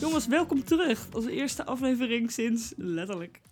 Jongens, welkom terug. Onze eerste aflevering sinds letterlijk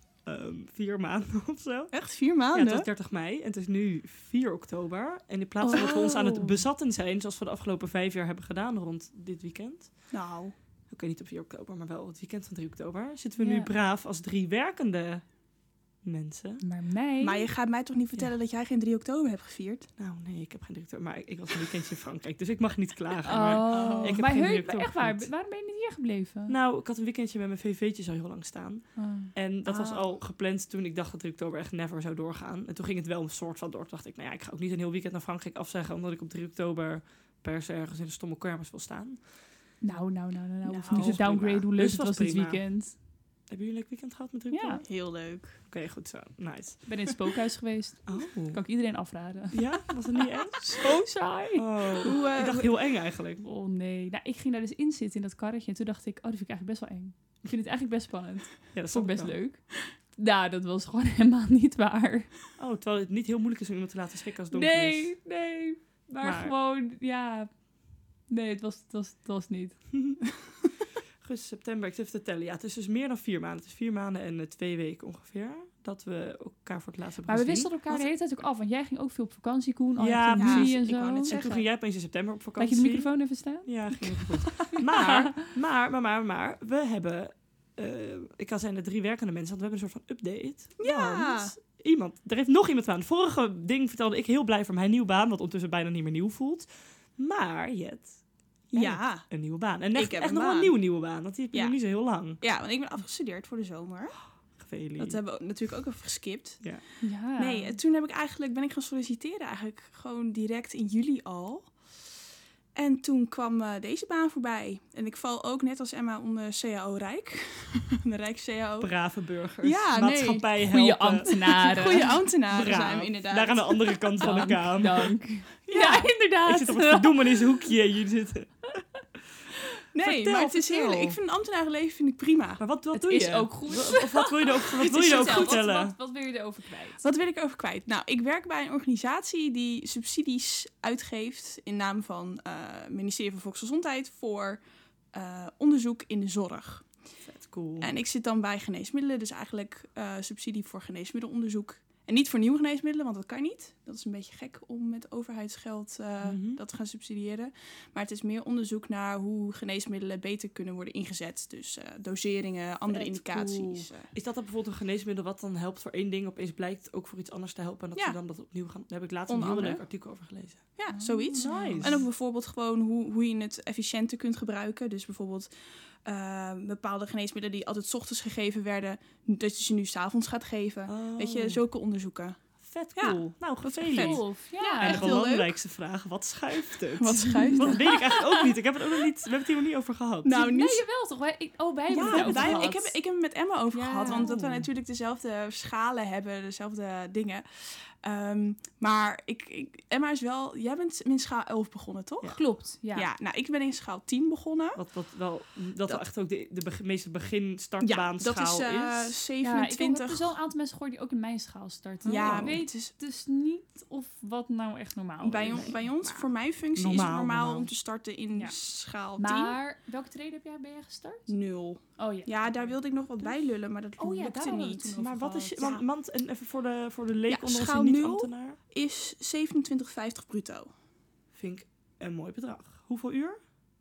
4 maanden of zo. Echt 4 maanden? Ja, het was 30 mei en het is nu 4 oktober. En in plaats van dat we ons aan het bezatten zijn, zoals we de afgelopen 5 jaar hebben gedaan rond dit weekend. Nou. Oké, niet op 4 oktober, maar wel het weekend van 3 oktober. Zitten we nu braaf als 3 werkende mensen. Maar je gaat mij toch niet vertellen dat jij geen 3 oktober hebt gevierd? Nou, nee, ik heb geen 3 oktober. Maar ik was een weekendje in Frankrijk, dus ik mag niet klagen. Maar ik heb geen 3 oktober echt waar? Waarom ben je niet hier gebleven? Nou, ik had een weekendje met mijn VV'tjes al heel lang staan. En dat was al gepland toen ik dacht dat 3 oktober echt never zou doorgaan. En toen ging het wel een soort van door. Toen dacht ik, nou ja, ik ga ook niet een heel weekend naar Frankrijk afzeggen, omdat ik op 3 oktober per se ergens in de stomme kermis wil staan. Nou. Hoef niet zo downgrade hoe leuk Dus het was dit weekend. Hebben jullie een leuk weekend gehad met 3 oktober? Ja, heel leuk. Oké, goed zo. Nice. Ik ben in het spookhuis geweest. Oh. Kan ik iedereen afraden. Ja? Was het niet eng? Zo saai. Oh. Ik dacht heel eng eigenlijk. Oh nee. Nou, ik ging daar dus in zitten in dat karretje. En toen dacht ik, dat vind ik eigenlijk best wel eng. Ik vind het eigenlijk best spannend. Ja, dat vond ik best leuk. Nou, dat was gewoon helemaal niet waar. Oh, terwijl het niet heel moeilijk is om iemand te laten schrikken als het donker is. Nee. Maar gewoon, ja. Nee, het was niet. Augustus, september, ik zit even te tellen. Ja, het is dus meer dan 4 maanden. Het is 4 maanden en 2 weken ongeveer. Dat we elkaar voor het laatst hebben Maar we gezien. wisselden elkaar de hele tijd ook af. Want jij ging ook veel op vakantie, Koen. Ja, precies. En ik wou net zo. En toen ging jij opeens in september op vakantie. Laat je de microfoon even staan? Ja, ging heel goed. Maar, we hebben... ik had zijn de 3 werkende mensen, want we hebben een soort van update. Ja. Want er heeft nog iemand aan. Het vorige ding vertelde ik heel blij voor mijn nieuwe baan, wat ondertussen bijna niet meer nieuw voelt. Maar Jet... Ja. Een nieuwe baan. En echt nog baan. wel een nieuwe baan. Want die heb je niet zo heel lang. Ja, want ik ben afgestudeerd voor de zomer. Gefeliciteerd. Dat hebben we natuurlijk ook even geskipt. Ja. Nee, en toen ben ik gaan solliciteren eigenlijk gewoon direct in juli al. En toen kwam deze baan voorbij. En ik val ook net als Emma onder CAO Rijk. De Rijks-CAO. Brave burgers. Ja, maatschappij helpen. Goeie ambtenaren. Goeie ambtenaren Braaf. zijn we inderdaad. Daar aan de andere kant van de kamer. Dank. Ja, inderdaad. Ik zit op het verdoemenishoekje hier zitten. Nee, maar het is heerlijk. Ik vind een ambtenarenleven ik prima. Maar wat Het doe je? is ook goed. Of wat wil je erover vertellen? Wat wil je erover kwijt? Wat wil ik erover kwijt? Nou, ik werk bij een organisatie die subsidies uitgeeft in naam van het ministerie van Volksgezondheid voor onderzoek in de zorg. Vet cool. En ik zit dan bij geneesmiddelen, dus eigenlijk subsidie voor geneesmiddelonderzoek. En niet voor nieuwe geneesmiddelen, want dat kan niet. Dat is een beetje gek om met overheidsgeld dat te gaan subsidiëren. Maar het is meer onderzoek naar hoe geneesmiddelen beter kunnen worden ingezet. Dus doseringen, andere indicaties. Cool. Is dat dan bijvoorbeeld een geneesmiddel wat dan helpt voor één ding, opeens blijkt ook voor iets anders te helpen? En dat ze dan dat opnieuw gaan... Daar heb ik laatst een heel leuk artikel over gelezen. Ja, zoiets. Nice. En ook bijvoorbeeld gewoon hoe je het efficiënter kunt gebruiken. Dus bijvoorbeeld bepaalde geneesmiddelen die altijd 's ochtends gegeven werden, dat je ze nu 's avonds gaat geven. Weet je, zulke onderzoeken. Vet cool. Ja. Nou, gefeliciteerd. Ja, En echt de heel belangrijkste vraag, wat schuift het? Wat schuift Dat het? weet ik eigenlijk ook niet. We hebben het hier nog niet over gehad. Nou, Nee, jawel toch? Wij hebben het over gehad. Ik heb het met Emma over gehad, want dat we Oh. natuurlijk dezelfde schalen hebben, dezelfde dingen. Maar Emma is wel... Jij bent in schaal 11 begonnen, toch? Ja. Klopt, ja. Ja, nou, ik ben in schaal 10 begonnen. Dat wel echt ook de meeste beginstartbaanschaal dat is is. 27. Er is wel een aantal mensen gehoord die ook in mijn schaal starten. Ja, ik weet het is- dus niet of wat nou echt normaal is. Bij ons, voor mijn functie, is het normaal om te starten in schaal 10. Maar welke treden ben jij gestart? 0. Oh ja. Ja, daar wilde ik nog wat bij lullen, maar dat Oh ja, daar lukte hadden we het niet. toen Maar over wat is... gehad. En even voor de leek onder ons schaal die niet 0. ambtenaar. Is 27,50 bruto. Vind ik een mooi bedrag. Hoeveel uur?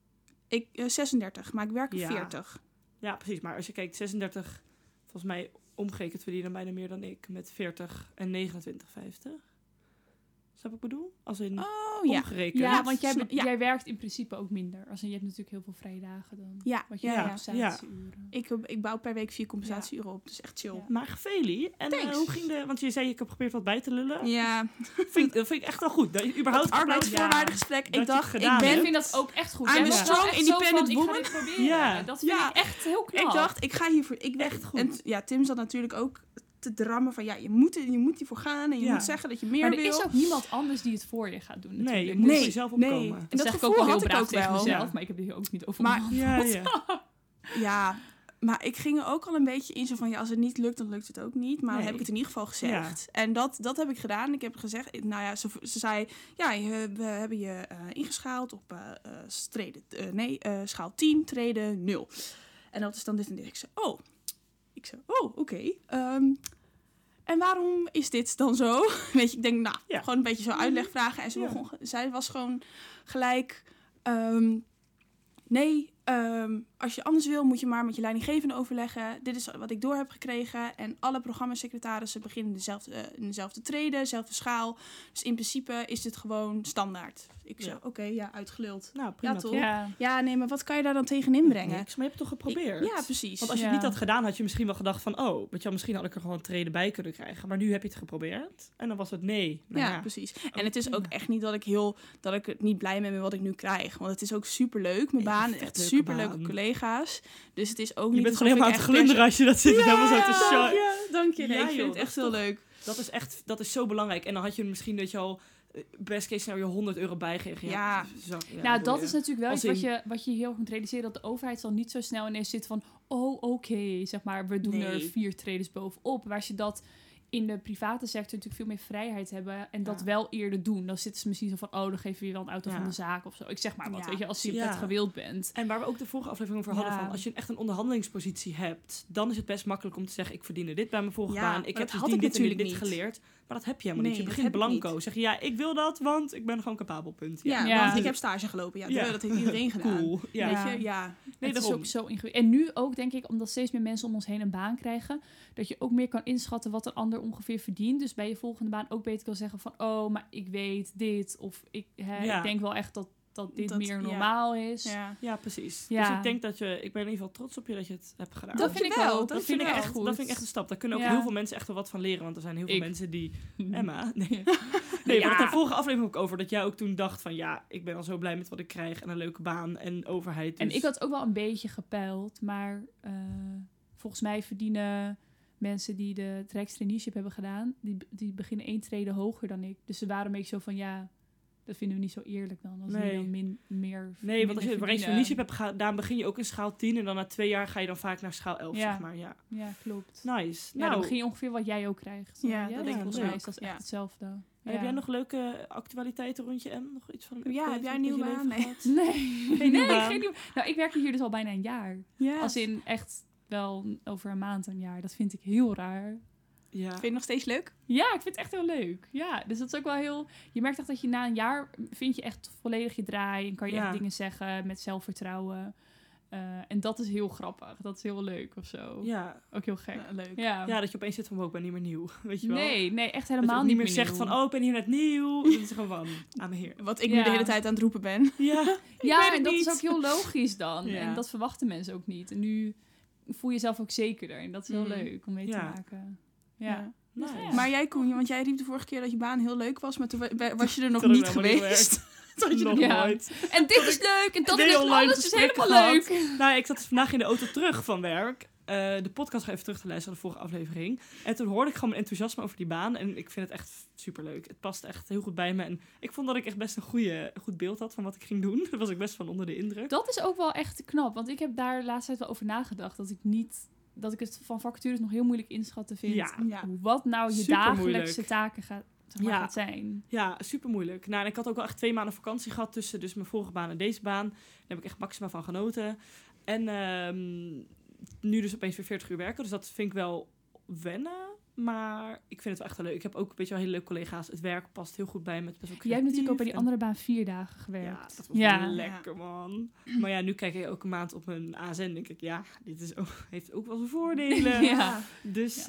36, maar ik werk er Ja. 40. Ja, precies. Maar als je kijkt, 36... Volgens mij omgerekend verdienen bijna meer dan ik met 40 en 29,50. Snap ik bedoel? Als in Oh ja. omgerekend. Ja, want Ja. jij werkt in principe ook minder. Je hebt natuurlijk heel veel vrije dagen dan. Ja, Wat je ja, ja. compensatieuren. Ik bouw per week 4 compensatieuren op, dus echt chill. Ja. Maar gefelie. En Thanks. hoe ging de... Want je zei, ik heb geprobeerd wat bij te lullen. Ja, Dat vind ik echt wel goed. Dat je überhaupt het arbeidsvoorwaardengesprek. dat je Ik dacht, het gedaan ik hebt. Ik vind dat ook echt goed. I'm Jij a bent strong, wel echt zo independent van, woman. Ik ga dit proberen. Ja. Dat vind ik echt heel knap. Ik dacht, ik ga hiervoor... Echt goed. En ja, Tim zat natuurlijk ook te drammen van, ja, je moet hiervoor gaan en je moet zeggen dat je meer maar er wil. is ook niemand anders die het voor je gaat doen natuurlijk. Nee, je moet voor jezelf opkomen. En Dat dat zeg ik gevoel ook wel heel had ik braaf ook tegen wel. mezelf, Ja. maar ik heb er hier ook niet over Maar- onderhandeld. Ja. Ja, maar ik ging er ook al een beetje in zo van, ja, als het niet lukt, dan lukt het ook niet. Maar Nee. dan heb ik het in ieder geval gezegd. Ja. En dat heb ik gedaan. Ik heb gezegd, nou ja, ze zei, ja, we hebben je ingeschaald op schaal 10, treden 0. En dat is dan dit en dit. Ik zei, oké. En waarom is dit dan zo? Weet je, ik denk, gewoon een beetje zo uitleg vragen. En zij was gewoon gelijk... nee, als je anders wil, moet je maar met je leidinggevende overleggen. Dit is wat ik door heb gekregen. En alle programmasecretarissen beginnen in dezelfde trede, dezelfde schaal. Dus in principe is dit gewoon standaard. Ik zei, oké, uitgeluld. Nou, prima, ja, toch? Ja. Ja, nee, maar wat kan je daar dan tegen inbrengen? Niks, maar je hebt het toch geprobeerd? Ja, precies. Want als je het niet had gedaan, had je misschien wel gedacht van... misschien had ik er gewoon een trede bij kunnen krijgen. Maar nu heb je het geprobeerd. En dan was het nee. Ja, precies. En het is ook echt niet dat ik het niet blij ben met wat ik nu krijg. Want het is ook superleuk, mijn baan. Echt superleuke collega's. Dus het is ook niet... Je bent gewoon helemaal aan het glunderen als je dat zit. Helemaal zo te show. Ja, dank je. Nee, ja, ik vind het echt heel leuk. Dat is zo belangrijk. En dan had je misschien dat je al... best case scenario €100 bijgeven. Ja. Nou, dat is natuurlijk wel iets wat je heel erg moet realiseren. Dat de overheid zal niet zo snel ineens zitten van... oké, zeg maar, we doen er 4 tredes bovenop. Waar je dat in de private sector natuurlijk veel meer vrijheid hebben... en dat wel eerder doen. Dan zitten ze misschien zo van... dan geven we je wel een auto van de zaak of zo. Ik zeg maar wat, weet je, als je het gewild bent. En waar we ook de vorige aflevering over hadden van... als je echt een onderhandelingspositie hebt... dan is het best makkelijk om te zeggen... ik verdiende dit bij mijn vorige baan. Ik heb dus dit geleerd... Maar dat heb je helemaal niet. Je begint blanco. Zeg je, ik wil dat, want ik ben gewoon capabel, punt. Want ik heb stage gelopen. Dat heeft iedereen gedaan. Cool. Ja. Weet je? Ja. Nee, dat is ook zo ingewikkeld. En nu ook, denk ik, omdat steeds meer mensen om ons heen een baan krijgen... dat je ook meer kan inschatten wat een ander ongeveer verdient. Dus bij je volgende baan ook beter kan zeggen van... maar ik weet dit. Of ik denk wel echt dat dit meer normaal is. Ja, precies. Ja. Dus ik denk dat ik ben in ieder geval trots op je dat je het hebt gedaan. Dat vind ik wel. Dat vind ik echt goed. Dat vind ik echt een stap. Daar kunnen ook heel veel mensen echt wel wat van leren. Want er zijn heel veel mensen die... Emma? Nee, we hadden de vorige aflevering ook over dat jij ook toen dacht van... ik ben al zo blij met wat ik krijg en een leuke baan en overheid. Dus... En ik had ook wel een beetje gepeild. Maar volgens mij verdienen mensen die de traineeship hebben gedaan... die beginnen 1 trede hoger dan ik. Dus ze waren een beetje zo van dat vinden we niet zo eerlijk dan. Als die dan meer. Nee, want als je een traineeship hebt gedaan, begin je ook in schaal 10 en dan na 2 jaar ga je dan vaak naar schaal 11, zeg maar. Ja, klopt. Nice. Nou, dan begin je ongeveer wat jij ook krijgt. Ja, dat denk ik volgens mij is dat echt hetzelfde. En heb jij nog leuke actualiteiten rond je M? Nog iets van? Heb jij een nieuwe baan? Nee. Geen nieuwe. Nou, ik werk hier dus al bijna een jaar. Yes. Als in echt wel over een maand een jaar. Dat vind ik heel raar. Ja. Vind je het nog steeds leuk? Ja, ik vind het echt heel leuk. Ja, dus dat is ook wel heel... Je merkt echt dat je na een jaar vind je echt volledig je draai. En kan je echt dingen zeggen met zelfvertrouwen. En dat is heel grappig. Dat is heel leuk of zo. Ja. Ook heel gek. Leuk. Ja, dat je opeens zit van, ik ben niet meer nieuw. Weet je wel? Nee, echt helemaal dat je niet meer zegt van, ik ben hier net nieuw. Dat is gewoon aan me heer. Wat ik nu de hele tijd aan het roepen ben. Ja, en dat is ook heel logisch dan. Ja. En dat verwachten mensen ook niet. En nu voel je jezelf ook zekerder. En dat is heel leuk om mee te maken. Ja. Nice. Maar jij, Koen, want jij riep de vorige keer dat je baan heel leuk was, maar toen was je er nog niet geweest. Nog nooit. En dit is leuk en dat is alles is helemaal leuk. Nou, ik zat dus vandaag in de auto terug van werk. De podcast ga even terug te luisteren, de vorige aflevering. En toen hoorde ik gewoon mijn enthousiasme over die baan. En ik vind het echt superleuk. Het past echt heel goed bij me. En ik vond dat ik echt best een goed beeld had van wat ik ging doen. Daar was ik best van onder de indruk. Dat is ook wel echt knap. Want ik heb daar de laatste tijd wel over nagedacht. Dat ik het van vacatures nog heel moeilijk inschatten vind. Ja. Wat nou je dagelijkse taken gaat zijn. Ja, super moeilijk. Nou, en ik had ook al echt 2 maanden vakantie gehad tussen dus mijn vorige baan en deze baan. Daar heb ik echt maximaal van genoten. En nu dus opeens weer 40 uur werken. Dus dat vind ik wel wennen. Maar ik vind het wel echt leuk. Ik heb ook een beetje wel hele leuke collega's. Het werk past heel goed bij me. Het is best wel jij hebt natuurlijk ook bij die andere baan 4 dagen gewerkt. Ja, dat was lekker, man. Maar ja, nu kijk ik ook een maand op mijn ASN en denk ik, dit is heeft ook wel zijn voordelen. Dus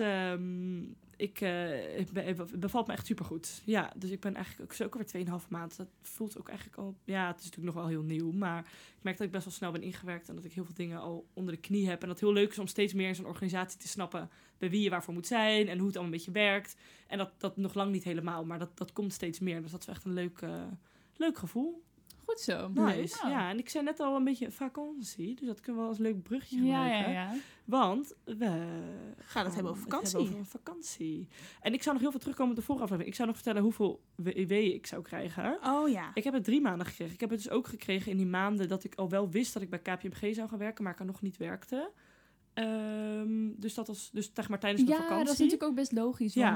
het bevalt me echt supergoed. Ja, dus ik ben eigenlijk ook alweer 2,5 maand. Dat voelt ook eigenlijk al... Ja, het is natuurlijk nog wel heel nieuw. Maar ik merk dat ik best wel snel ben ingewerkt. En dat ik heel veel dingen al onder de knie heb. En dat het heel leuk is om steeds meer in zo'n organisatie te snappen... bij wie je waarvoor moet zijn. En hoe het allemaal een beetje werkt. En dat nog lang niet helemaal. Maar dat komt steeds meer. Dus dat is echt een leuk gevoel. Goed zo. Nice. Oh. Ja, en ik zei net al een beetje vakantie. Dus dat kunnen we als leuk brugje gebruiken. Ja. Want we gaan het hebben over vakantie. En ik zou nog heel veel terugkomen op de vorige aflevering. Ik zou nog vertellen hoeveel WW ik zou krijgen. Oh ja. Ik heb het 3 maanden gekregen. Ik heb het dus ook gekregen in die maanden dat ik al wel wist dat ik bij KPMG zou gaan werken, maar ik er nog niet werkte. Dus dat was dus zeg maar tijdens mijn vakantie. Ja, dat is natuurlijk ook best logisch. Want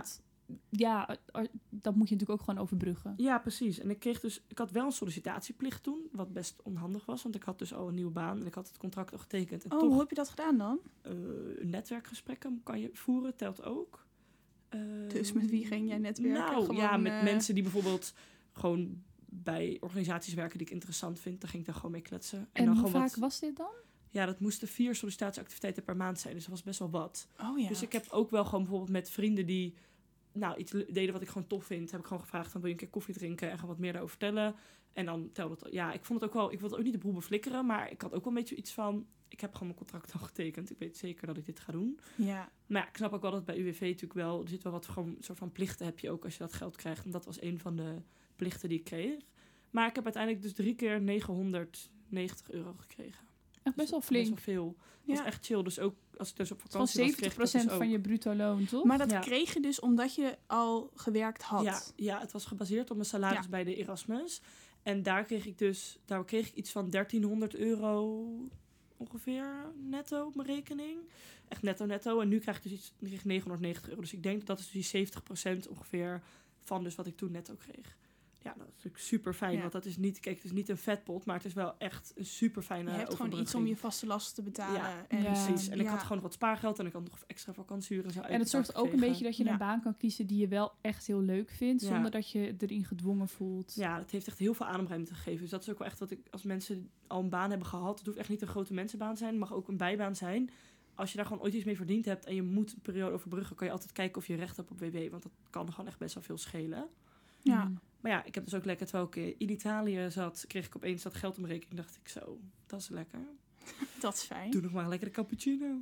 dat moet je natuurlijk ook gewoon overbruggen. Ja, precies. En ik had wel een sollicitatieplicht toen, wat best onhandig was, want ik had dus al een nieuwe baan en ik had het contract al getekend. En toch, hoe heb je dat gedaan dan? Netwerkgesprekken kan je voeren, telt ook. Dus met wie ging jij netwerken? Met mensen die bijvoorbeeld gewoon bij organisaties werken die ik interessant vind. Dan ging ik daar gewoon mee kletsen. En dan hoe vaak was dit dan? Ja, dat moesten 4 sollicitatieactiviteiten per maand zijn. Dus dat was best wel wat. Oh ja. Dus ik heb ook wel gewoon bijvoorbeeld met vrienden die iets deden wat ik gewoon tof vind. Heb ik gewoon gevraagd van wil je een keer koffie drinken en gaan wat meer daarover vertellen. En dan telde het. Ja, ik vond het ook wel. Ik wilde ook niet de boel beflikkeren, maar ik had ook wel een beetje iets van. Ik heb gewoon mijn contract al getekend. Ik weet zeker dat ik dit ga doen. Ja. Maar ja, ik snap ook wel dat bij UWV natuurlijk wel. Er zit wel wat gewoon soort van plichten heb je ook als je dat geld krijgt. En dat was een van de plichten die ik kreeg. Maar ik heb uiteindelijk dus 3 keer €990 gekregen. Echt best wel flink. Best wel veel. Dat was echt chill. Dus ook als ik dus op vakantie was, kreeg ik dat dus van je bruto loon, toch? Maar dat kreeg je dus omdat je al gewerkt had? Ja, het was gebaseerd op mijn salaris bij de Erasmus. En daar kreeg ik iets van €1300 ongeveer netto op mijn rekening. Echt netto. En nu krijg ik dus €990. Dus ik denk dat is dus die 70% ongeveer van dus wat ik toen netto kreeg. Ja, dat is natuurlijk super fijn, want dat is niet, kijk, het is niet een vetpot, maar het is wel echt een super fijne Je hebt gewoon iets om je vaste lasten te betalen. Ja, precies. En ik had gewoon nog wat spaargeld en ik had nog extra vakantieuren. Zo en het zorgt ook een beetje dat je een baan kan kiezen die je wel echt heel leuk vindt, zonder dat je erin gedwongen voelt. Ja, dat heeft echt heel veel ademruimte gegeven. Dus dat is ook wel echt wat ik, als mensen al een baan hebben gehad, het hoeft echt niet een grote mensenbaan zijn, het mag ook een bijbaan zijn. Als je daar gewoon ooit iets mee verdiend hebt en je moet een periode overbruggen, kan je altijd kijken of je recht hebt op WW, want dat kan gewoon echt best wel veel schelen. Ja. Maar ja, ik heb dus ook lekker, terwijl ik in Italië zat, kreeg ik opeens dat geld op mijn rekening. Dacht ik zo, dat is lekker. Dat is fijn. Doe nog maar een lekkere cappuccino.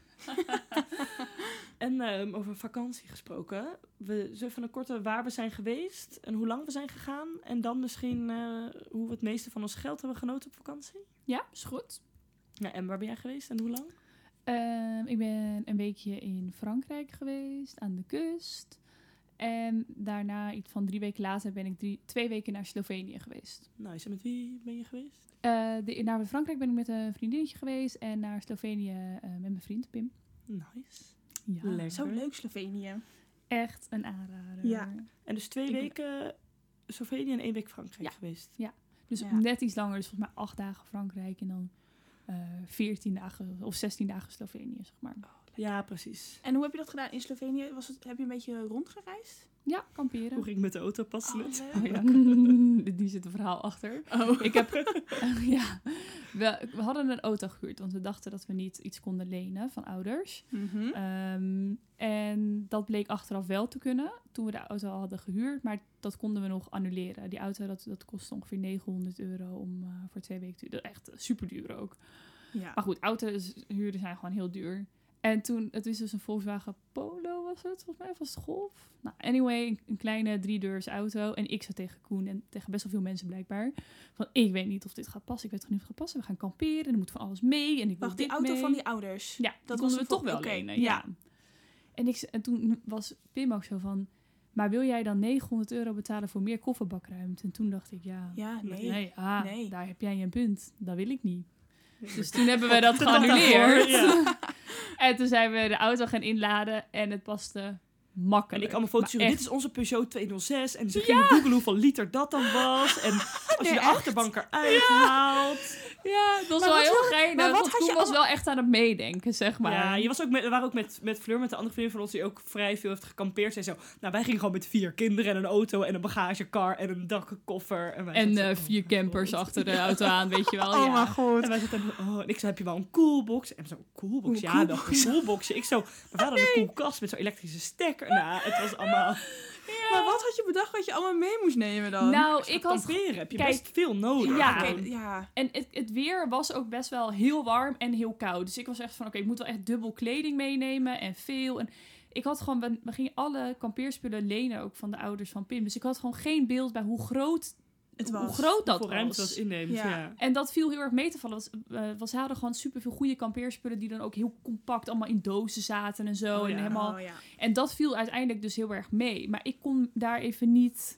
En over vakantie gesproken. We zullen een korte waar we zijn geweest en hoe lang we zijn gegaan. En dan misschien hoe we het meeste van ons geld hebben genoten op vakantie. Ja, is goed. Ja, en waar ben jij geweest en hoe lang? Ik ben een weekje in Frankrijk geweest, aan de kust. En daarna, iets van 3 weken later, ben ik 2 weken naar Slovenië geweest. Nice. En met wie ben je geweest? Naar Frankrijk ben ik met een vriendinnetje geweest. En naar Slovenië met mijn vriend Pim. Nice. Ja. Lekker. Zo leuk, Slovenië. Echt een aanrader. Ja. En dus 2 weken Slovenië en 1 week Frankrijk geweest. Ja. Dus net iets langer. Dus volgens mij 8 dagen Frankrijk en dan 14 dagen of 16 dagen Slovenië, zeg maar. Ja, precies. En hoe heb je dat gedaan in Slovenië? Heb je een beetje rondgereisd? Ja, kamperen. Hoe ging het met de auto? Past het? Die zit een verhaal achter. Oh. Ik heb, we hadden een auto gehuurd, want we dachten dat we niet iets konden lenen van ouders. Mm-hmm. En dat bleek achteraf wel te kunnen, toen we de auto al hadden gehuurd. Maar dat konden we nog annuleren. Die auto, dat kostte ongeveer €900 om voor 2 weken te huren. Echt super duur ook. Ja. Maar goed, auto's huren zijn gewoon heel duur. En toen, het is dus een Volkswagen Polo was het, volgens mij, of was het Golf? Nou, anyway, een kleine 3-deurs auto. En ik zat tegen Koen en tegen best wel veel mensen blijkbaar. Van, ik weet niet of dit gaat passen. Ik weet toch niet of het gaat passen. We gaan kamperen en er moet van alles mee. En ik wil die auto mee. Van die ouders? Ja, dat konden we toch wel lenen. Ja. En toen was Pim ook zo van, maar wil jij dan €900 betalen voor meer kofferbakruimte? En toen dacht ik, nee, daar heb jij een punt. Dat wil ik niet. Dus toen hebben we dat geannuleerd. Ja. En toen zijn we de auto gaan inladen en het paste makkelijk. En ik allemaal foto's zien. Dit is onze Peugeot 206. En ze gingen googlen hoeveel liter dat dan was. En als je de achterbank eruit haalt. Ja, dat was wel heel geinig. Want Koen was wel echt aan het meedenken, zeg maar. Ja, we waren ook met Fleur, met de andere vriendin van ons, die ook vrij veel heeft gekampeerd. En zo. Nou, wij gingen gewoon met 4 kinderen en een auto en een bagagekar en een dakkenkoffer. En 4 campers achter de auto aan, weet je wel. Oh, maar goed. En wij zitten, en ik zo, heb je wel een coolbox? En zo'n coolbox? Ja, dat een coolboxje. Ik zo, we hadden een koelkast met zo'n elektrische stekker. Nou, het was allemaal... Ja. Maar wat had je bedacht wat je allemaal mee moest nemen dan? Nou, ik had... kamperen heb je best veel nodig. Ja. En het weer was ook best wel heel warm en heel koud. Dus ik was echt van, oké, ik moet wel echt dubbel kleding meenemen en veel. En ik had gewoon... We gingen alle kampeerspullen lenen ook van de ouders van Pim. Dus ik had gewoon geen beeld bij hoe groot dat hoeveel ruimte dat inneemt. Ja. En dat viel heel erg mee te vallen. Ze hadden gewoon superveel goede kampeerspullen die dan ook heel compact allemaal in dozen zaten en zo. En dat viel uiteindelijk dus heel erg mee. Maar ik kon daar even niet...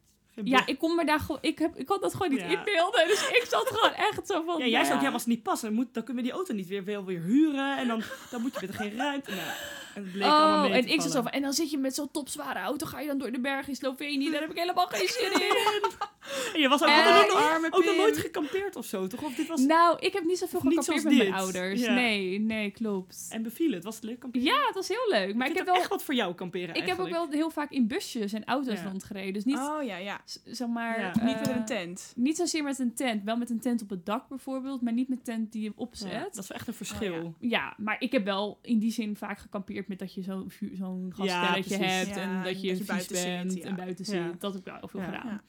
ik kon me daar gewoon... Ik kon dat gewoon niet inbeelden. Dus ik zat gewoon echt zo van... Ja, jij zou ook, als het niet past, dan kunnen we die auto niet weer huren. En dan moet je met geen ruimte... Nou. En het bleek allemaal mee te en ik vallen. zo van, en dan zit je met zo'n topzware auto, ga je dan door de bergen in Slovenië. Daar heb ik helemaal geen zin in. En je was ook nog nooit gekampeerd of zo, toch? Of dit was... Nou, ik heb niet zoveel niet gekampeerd zoals met mijn dit. ouders. Ja. Nee, klopt. En beviel het? Was het leuk kamperen? Ja, het was heel leuk. Maar ik heb wel echt wat voor jou kamperen Ik heb eigenlijk. ook wel heel vaak in busjes en auto's rondgereden. Dus niet, zeg maar... Ja. Niet met een tent. Niet zozeer met een tent. Wel met een tent op het dak bijvoorbeeld. Maar niet met een tent die je opzet. Ja, dat is wel echt een verschil. Ja, maar ik heb wel in die zin vaak gekampeerd met dat je zo'n gasstelletje hebt. Ja, en dat je vies buiten bent zit, en buiten zit. Ja. Dat heb ik wel veel gedaan. Ja.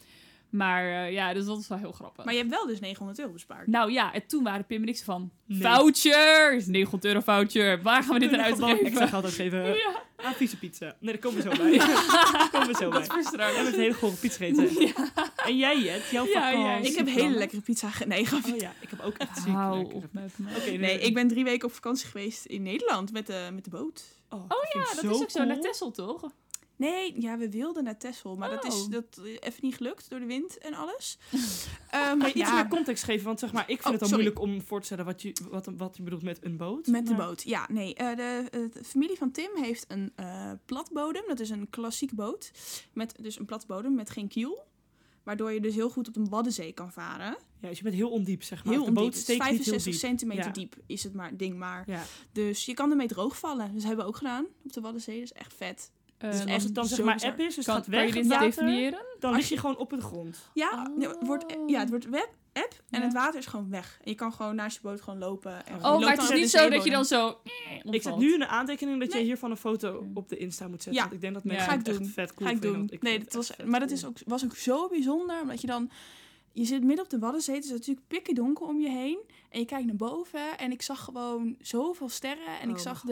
Maar dus dat is wel heel grappig. Maar je hebt wel dus €900 bespaard. Nou ja, en toen waren Pim en ik zo van... Nee. Voucher! €900 voucher. Waar gaan we dit aan uitgeven? Ik zeg altijd even... Ja. vieze pizza. Nee, daar komen we zo bij. Daar komen we zo bij. Dat is voor straks. We hebben een hele gore pizza gegeten. Ja. En jij, Jet? Jouw vakantie? Ik heb hele lekkere pizza gegeten. Oh ja, ik heb ook echt ziek Hou lekkere op met me. Oké, Nee, ik ben 3 weken op vakantie geweest in Nederland met de boot. Oh ja, dat is ook zo. Naar Texel, toch? Nee, ja, we wilden naar Texel, maar dat is even niet gelukt door de wind en alles. Kan je iets meer context geven? Want zeg maar, ik vind het al sorry. moeilijk om voor te stellen wat je bedoelt met een boot. Met de boot, ja. Nee, de familie van Tim heeft een platbodem. Dat is een klassiek boot. Met dus een platbodem met geen kiel. Waardoor je dus heel goed op de Waddenzee kan varen. Ja, dus je bent heel ondiep, zeg maar. Heel de ondiep. boot steekt niet heel 65 diep. centimeter diep is het ding maar. Ja. Dus je kan ermee droog vallen. Dus dat hebben we ook gedaan op de Waddenzee. Dat is echt vet. Dus als echt het dan zeg zo maar bizar. app is, dus Kan het gaat je weg, dit het water, definiëren? dan lig je gewoon op de grond. Ja, Oh. nee, het wordt app en het water is gewoon weg. En je kan gewoon naast je boot gewoon lopen. En je Oh, loopt maar dan het is op niet de zo dat je zeebodem. dan zo... Ik zet nu in de aantekening dat jij hiervan een foto Oké. op de Insta moet zetten. Ja. Want ik denk dat mensen Ga ik het echt doen. vet cool Ga ik vinden, doen. want ik Nee, vind dat het was, echt maar vet dat cool. was ook zo bijzonder. Omdat je dan... Je zit midden op de Waddenzee. Het is natuurlijk pikken donker om je heen. En je kijkt naar boven. En ik zag gewoon zoveel sterren. En ik zag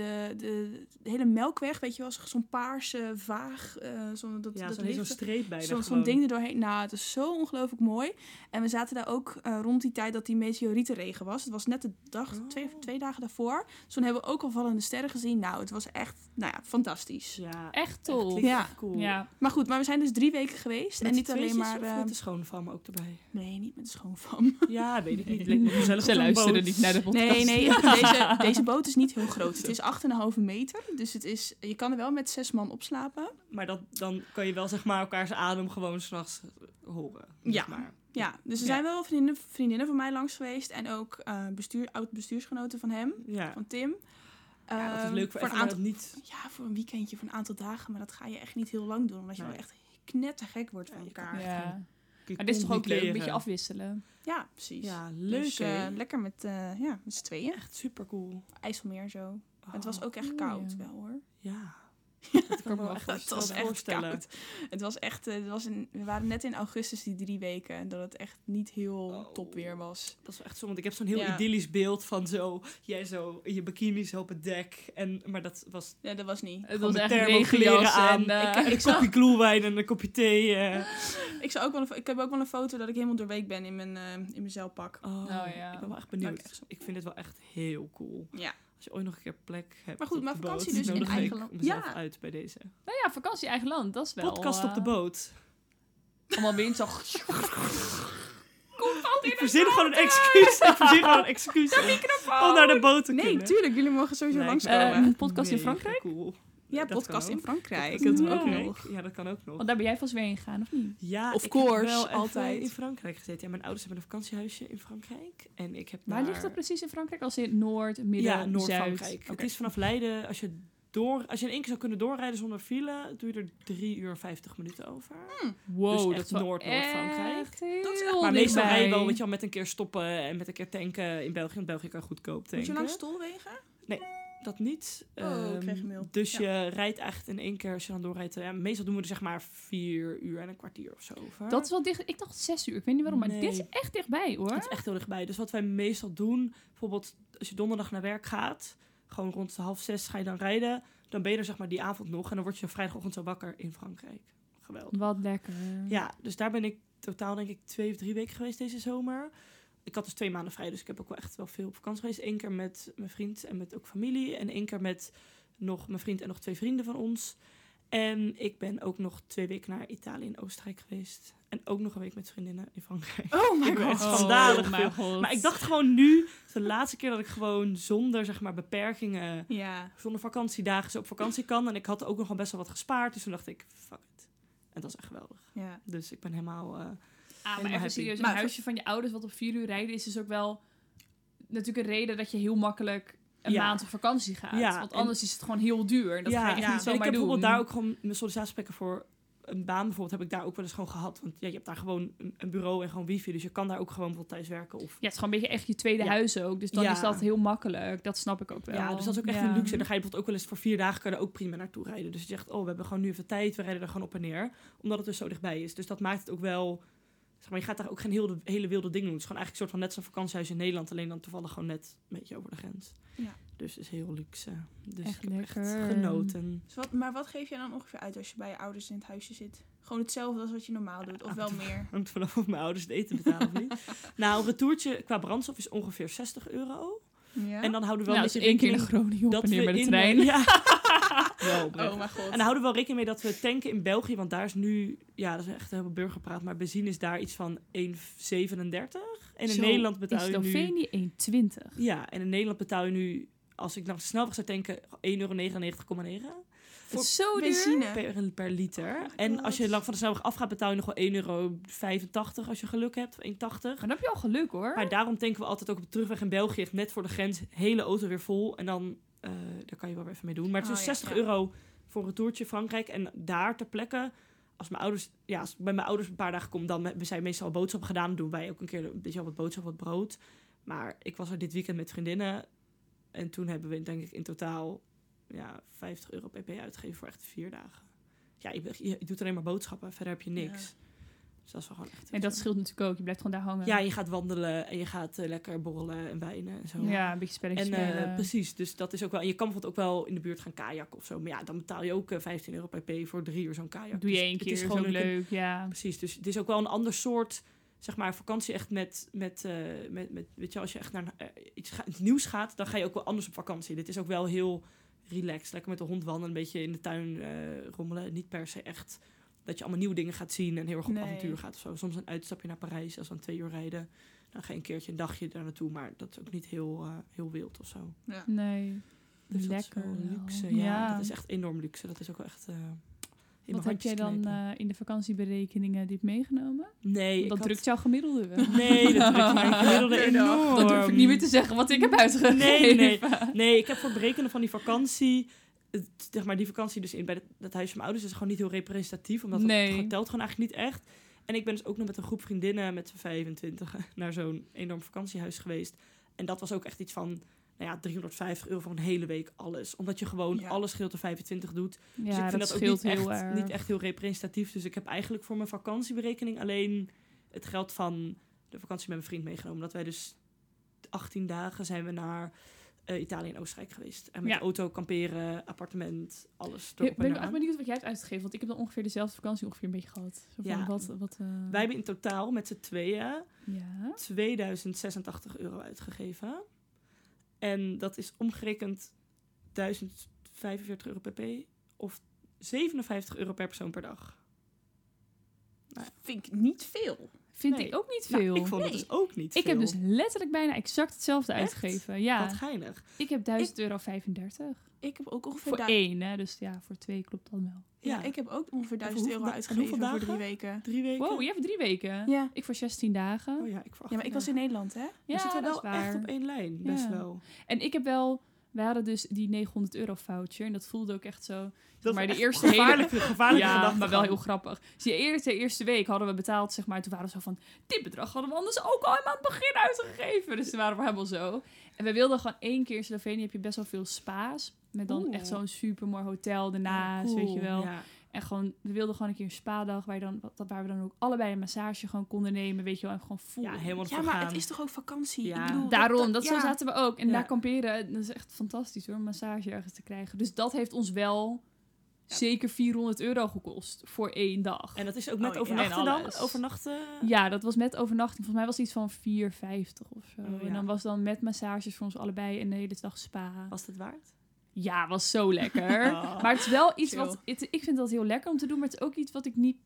de hele Melkweg. Weet je wel, zo'n paarse vaag. Zo'n streep bij. Zo'n ding er doorheen. Nou, het is zo ongelooflijk mooi. En we zaten daar ook rond die tijd dat die meteorietenregen was. Het was net de dag, twee dagen daarvoor. Dus toen hebben we ook al vallende sterren gezien. Nou, het was echt, fantastisch. Ja, Echt tof. Ja. cool. Ja. Maar goed, maar we zijn dus 3 weken geweest. Met en niet alleen tweetjes maar... of met de schoonfam ook erbij? Nee, niet met de schoonfam. Ja, weet ik niet. Leek me gezellig Ze op zo'n luisteren boot. niet naar de podcast. Nee, deze boot is niet heel groot. Het is 8,5 meter. Dus je kan er wel met 6 man op slapen. Maar dan kan je wel zeg maar elkaars adem gewoon 's nachts horen. Ja. Zeg maar. Ja, dus er Ja. zijn wel vriendinnen van mij langs geweest. En ook oud-bestuursgenoten van hem, Ja. van Tim. Ja, dat is leuk voor een even aantal niet... Ja, voor een weekendje, voor een aantal dagen. Maar dat ga je echt niet heel lang doen. Omdat je Nee. wel echt knettergek wordt van Ja, elkaar. Ja. Je Maar dit is toch ook leuk, een beetje kleren. afwisselen. Ja, precies. Ja, leuk Dus, hè? lekker met z'n tweeën. Echt super cool. IJsselmeer zo. Het was ook echt mooi, koud ja. wel hoor. Ja. Dat kan ik me wel echt voorstellen. Het was echt voorstellen. koud. Het was echt, we waren net in augustus die 3 weken. En dat het echt niet heel top weer was. Dat is wel echt zo, want ik heb zo'n heel Ja. idyllisch beeld van jij zo in je bikini zo op het dek. Maar dat was Ja, dat was niet. Het gewoon was met echt thermokleren regenjas aan. en... Een kopje glühwein en een kopje thee. Ik heb ook wel een foto dat ik helemaal doorweekt ben in mijn zeilpak. Oh, ja. Ik ben wel echt Nou, benieuwd. echt zo. Ik vind dit wel echt heel cool. Ja. Als je ooit nog een keer plek hebt Maar goed, op maar de vakantie boot, dus in nodig eigen ik land. mezelf Ja. uit bij deze. Nou ja, vakantie eigen land, dat is wel... Podcast op de boot. Allemaal wind, zo... Ik verzin gewoon een excuus. Om naar de boot te Nee, kunnen. tuurlijk. Jullie mogen sowieso Lijkt me langskomen. Een podcast in mega Frankrijk? Cool. Ja, dat podcast kan in ook. Frankrijk. Podcast Dat in ook Frankrijk. nog. Ja, dat kan ook nog. Want daar ben jij vast weer heen gegaan, of niet? Ja, Of ik course, heb wel even altijd. in Frankrijk gezeten. Ja, mijn ouders hebben een vakantiehuisje in Frankrijk. En ik heb Waar ligt dat precies in Frankrijk? Als in Noord, Midden, Ja, Zuid? Noord-Frankrijk. Oké. Het is vanaf Leiden, als je in één keer zou kunnen doorrijden zonder file, doe je er 3 uur en 50 minuten over. Wow, Dus dat echt is wel Noord-Frankrijk. echt heel Dat is echt- Maar meestal dichtbij. rij je wel, weet je wel, met een keer stoppen en met een keer tanken in België. Want België kan goedkoop Moet tanken. je langs tolwegen? Dat niet. Oh, ik kreeg een mail. Dus Ja. je rijdt echt in één keer, als je dan doorrijdt. Meestal doen we er zeg maar 4 uur en een kwartier of zo over. Dat is wel dicht. Ik dacht 6 uur. Ik weet niet waarom, maar Nee. dit is echt dichtbij, hoor. Het is echt heel dichtbij. Dus wat wij meestal doen, bijvoorbeeld als je donderdag naar werk gaat, gewoon rond de 5:30 ga je dan rijden, dan ben je er zeg maar die avond nog en dan word je vrijdagochtend zo wakker in Frankrijk. Geweldig. Wat lekker. Ja, dus daar ben ik totaal denk ik 2 of 3 weken geweest deze zomer. Ik had dus 2 maanden vrij, dus ik heb ook wel echt wel veel op vakantie geweest. 1 keer met mijn vriend en met ook familie. En 1 keer met nog mijn vriend en nog 2 vrienden van ons. En ik ben ook nog 2 weken naar Italië en Oostenrijk geweest. En ook nog een week met vriendinnen in Frankrijk. Oh my god. Schandalig mijn veel. god. Maar ik dacht gewoon nu, de laatste keer dat ik gewoon zonder, zeg maar, beperkingen, zonder vakantiedagen zo op vakantie kan. En ik had ook nog wel best wel wat gespaard. Dus toen dacht ik, fuck it. En dat is echt geweldig. Ja. Dus ik ben helemaal maar even serieus, een huisje van je ouders wat op 4 uur rijden is dus ook wel natuurlijk een reden dat je heel makkelijk een maand op vakantie gaat. Ja, want anders is het gewoon heel duur. En dat ga je echt niet zomaar doen. Ik heb bijvoorbeeld daar ook gewoon mijn sollicitatiegesprekken voor een baan bijvoorbeeld heb ik daar ook wel eens gewoon gehad. Want je hebt daar gewoon een bureau en gewoon wifi. Dus je kan daar ook gewoon bijvoorbeeld thuis werken. Of... Ja, het is gewoon een beetje echt je tweede huis ook. Dus dan is dat heel makkelijk. Dat snap ik ook wel. Ja, dus dat is ook echt een luxe. En dan ga je bijvoorbeeld ook wel eens voor 4 dagen kan je er ook prima naartoe rijden. Dus je zegt, we hebben gewoon nu even tijd. We rijden er gewoon op en neer. Omdat het dus zo dichtbij is. Dus dat maakt het ook wel... Zeg maar, je gaat daar ook geen hele wilde dingen doen. Het is gewoon eigenlijk een soort van net zo'n vakantiehuis in Nederland. Alleen dan toevallig gewoon net een beetje over de grens. Ja. Dus het is heel luxe. Dus echt ik heb lekker. echt genoten. Dus maar wat geef jij dan ongeveer uit als je bij je ouders in het huisje zit? Gewoon hetzelfde als wat je normaal doet? Of wel meer? Hangt vanaf of mijn ouders het eten betalen of niet. Nou, een retourtje qua brandstof is ongeveer €60. Ja. En dan houden we wel dus 1 keer naar Groningen op en neer met de trein. Wel, oh mijn god. En dan houden we wel rekening mee dat we tanken in België. Want daar is nu... Ja, dat is echt heel veel burgerpraat. Maar benzine is daar iets van 1,37. En in Nederland betaal je nu... In Slovenië 1,20. Ja, en in Nederland betaal je nu... Als ik langs de snelweg zou tanken, €1,99,9. Voor zo benzine per liter. En als je lang van de snelweg afgaat, betaal je nog wel €1,85 als je geluk hebt. Of 1,80. Maar dan heb je al geluk hoor. Maar daarom tanken we altijd ook op de terugweg in België. Net voor de grens, hele auto weer vol. En dan daar kan je wel weer even mee doen. Maar het is dus €60 voor een retourtje Frankrijk. En daar ter plekke, als ik bij mijn ouders een paar dagen kom, dan hebben zij meestal boodschappen gedaan. Dan doen wij ook een keer een beetje wat boodschappen, wat brood. Maar ik was er dit weekend met vriendinnen. En toen hebben we denk ik in totaal €50 pp uitgegeven voor echt 4 dagen. Ja, je doet alleen maar boodschappen. Verder heb je niks. Ja. Dus dat is wel gewoon echt... En dat scheelt natuurlijk ook. Je blijft gewoon daar hangen. Ja, je gaat wandelen en je gaat lekker borrelen en wijnen en zo. Ja, een beetje spelletjes spelen. Precies, dus dat is ook wel... En je kan bijvoorbeeld ook wel in de buurt gaan kajakken of zo. Maar ja, dan betaal je ook €15 pp voor 3 uur zo'n kajak. Doe je 1 keer, is gewoon leuk. Ja. Precies, dus het is ook wel een ander soort... Zeg maar, vakantie echt met weet je, als je echt naar iets nieuws gaat, dan ga je ook wel anders op vakantie. Dit is ook wel heel relaxed. Lekker met de hond wandelen, een beetje in de tuin rommelen. Niet per se echt dat je allemaal nieuwe dingen gaat zien en heel erg op avontuur gaat of zo. Soms een uitstapje naar Parijs, als we dan 2 uur rijden. Dan ga je een keertje een dagje daar naartoe, maar dat is ook niet heel wild of zo. Ja. Nee, dus lekker. Dat is luxe, ja. Dat is echt enorm luxe. Dat is ook wel echt... Wat heb jij dan in de vakantieberekeningen dit meegenomen? Nee. Dat drukt jouw gemiddelde wel. Nee, dat drukt mijn gemiddelde enorm. Dat durf ik niet meer te zeggen wat ik heb uitgegeven. Nee, ik heb voor het berekenen van die vakantie... Zeg maar, die vakantie dus bij dat huis van mijn ouders is gewoon niet heel representatief. Omdat het telt gewoon eigenlijk niet echt. En ik ben dus ook nog met een groep vriendinnen met z'n 25 naar zo'n enorm vakantiehuis geweest. En dat was ook echt iets van... €350 voor een hele week alles. Omdat je gewoon alles scheelt er 25 doet. Ja, dus ik vind dat ook niet echt heel representatief. Dus ik heb eigenlijk voor mijn vakantieberekening alleen het geld van de vakantie met mijn vriend meegenomen. Dat wij dus 18 dagen zijn we naar Italië en Oostenrijk geweest. En met auto, kamperen, appartement, alles. Ben ik echt benieuwd wat jij hebt uitgegeven. Want ik heb dan ongeveer dezelfde vakantie ongeveer een beetje gehad. Wij hebben in totaal met z'n tweeën €2086 uitgegeven. En dat is omgerekend €1045 pp. Of €57 per persoon per dag. Nou, vind ik niet veel. Vind ik ook niet veel. Ik vond het dus ook niet veel. Ik heb dus letterlijk bijna exact hetzelfde uitgegeven. Ja. Wat geinig. Ik heb €1.035. Ik heb ook ongeveer... Voor 1, hè. Dus ja, voor 2 klopt dan wel. Ja, ik heb ook ongeveer €1000 uitgegeven voor 3 weken. 3 weken? Wow, jij hebt 3 weken? Ja. Ik voor 16 dagen. Oh ja, ik voor 8 maar ik was in Nederland, hè? Ja, we zitten wel echt op één lijn, best wel. En ik heb wel... We hadden dus die €900 voucher. En dat voelde ook echt zo... Dat maar de eerste gevaarlijke gedachte. Maar wel heel grappig. Dus de eerste week hadden we betaald, zeg maar. Toen waren we zo van... Dit bedrag hadden we anders ook al aan het begin uitgegeven. Dus toen waren we helemaal zo. En we wilden gewoon 1 keer in Slovenië... heb je best wel veel spa's. Met dan echt zo'n supermooi hotel ernaast, weet je wel. Ja. En gewoon, we wilden gewoon een keer een spa-dag waar we dan ook allebei een massage gewoon konden nemen, weet je wel, en gewoon voelen. Ja, helemaal Ja, maar het is toch ook vakantie? Ja. Ik bedoel, daarom, zo zaten we ook. En daar kamperen, dat is echt fantastisch hoor, een massage ergens te krijgen. Dus dat heeft ons wel zeker €400 gekost voor 1 dag. En dat is ook met overnachten dan? Overnachten? Ja, dat was met overnachting. Volgens mij was het iets van €450 of zo. Oh, ja. En dan was dan met massages voor ons allebei en de hele dag spa. Was het waard? Ja, was zo lekker. Maar het is wel iets wat... Ik vind dat heel lekker om te doen, maar het is ook iets wat ik niet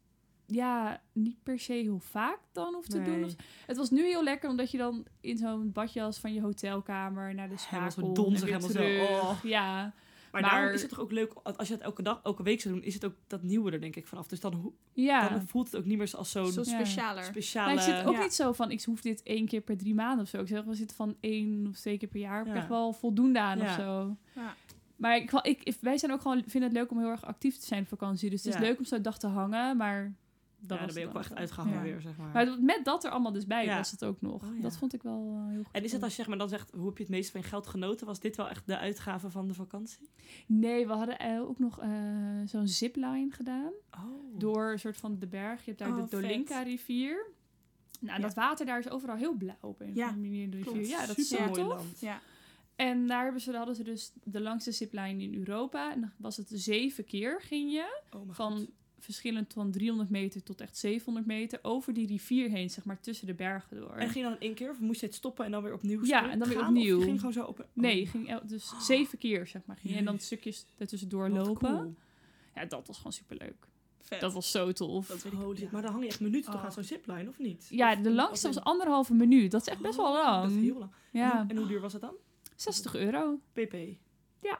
niet per se heel vaak dan hoeft te doen. Het was nu heel lekker, omdat je dan in zo'n badjas van je hotelkamer naar de schakel helemaal terug. Oh. Ja. Maar daarom is het toch ook leuk, als je het elke week zou doen, is het ook dat nieuwe er denk ik vanaf. Dus dan voelt het ook niet meer als zo'n specialer. Maar ik zit ook niet zo van, ik hoef dit 1 keer per 3 maanden of zo. Ik zeg, we zitten van 1 of 2 keer per jaar echt wel voldoende aan of zo. Ja. Maar wij zijn ook gewoon, vinden het leuk om heel erg actief te zijn op vakantie. Dus het is leuk om zo'n dag te hangen, maar... Dan ben je ook wel echt uitgehangen weer, zeg maar. Maar met dat er allemaal dus bij was het ook nog. Dat vond ik wel heel goed. En is het als je dan zegt, hoe heb je het meest van je geld genoten? Was dit wel echt de uitgave van de vakantie? Nee, we hadden ook nog zo'n zipline gedaan. Door een soort van de berg. Je hebt daar de Dolinka-rivier. Nou, dat water daar is overal heel blauw op een of andere manier in de rivier. Ja, dat is zo mooi tof. land. Ja. En daar hadden ze dus de langste zipline in Europa. En dan was het 7 keer ging je van... verschillend van 300 meter tot echt 700 meter over die rivier heen, zeg maar, tussen de bergen door. En ging dan 1 keer of moest je het stoppen en dan weer opnieuw Ja, en dan weer opnieuw. Of ging gewoon zo op... Nee, ging dus 7 keer, zeg maar. Ging je en dan stukjes ertussendoor lopen. Cool. Ja, dat was gewoon superleuk. Vet. Dat was zo tof. Maar dan hang je echt minuten toch aan zo'n zipline, of niet? Ja, de langste was 1,5 minuut. Dat is echt best wel lang. Dat is heel lang. Ja. En hoe duur was het dan? €60. pp. Ja.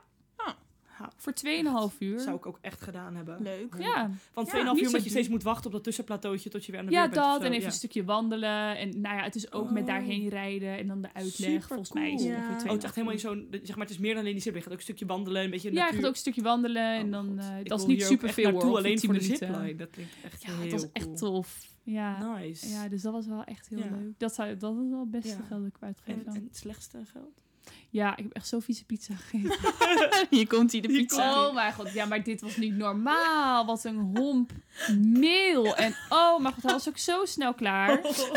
Voor 2,5 uur. Zou ik ook echt gedaan hebben. Leuk. Ja. Want 2,5 uur omdat je steeds moet wachten op dat tussenplateautje tot je weer aan de beurt bent. Ja, dat. En even een stukje wandelen. En nou ja, het is ook met daarheen rijden. En dan de uitleg. Super volgens mij is het ongeveer 2,5 het is echt helemaal in zo'n... Zeg maar, het is meer dan alleen die zipline. Je gaat ook een stukje wandelen. Een beetje je gaat ook een stukje wandelen. En dan... dat is niet super veel hoor. Alleen voor de zipline. Dat klinkt echt heel cool. dat was echt tof. Ja. Nice. Ja, dus dat was wel echt heel leuk. Dat is wel het beste geld dat ik uitgegeven En het slechtste geld? Ja, ik heb echt zo vieze pizza gegeten. Hier komt de pizza. Oh mijn god, ja, maar dit was niet normaal. Wat een homp meel. En oh mijn god, hij was ook zo snel klaar.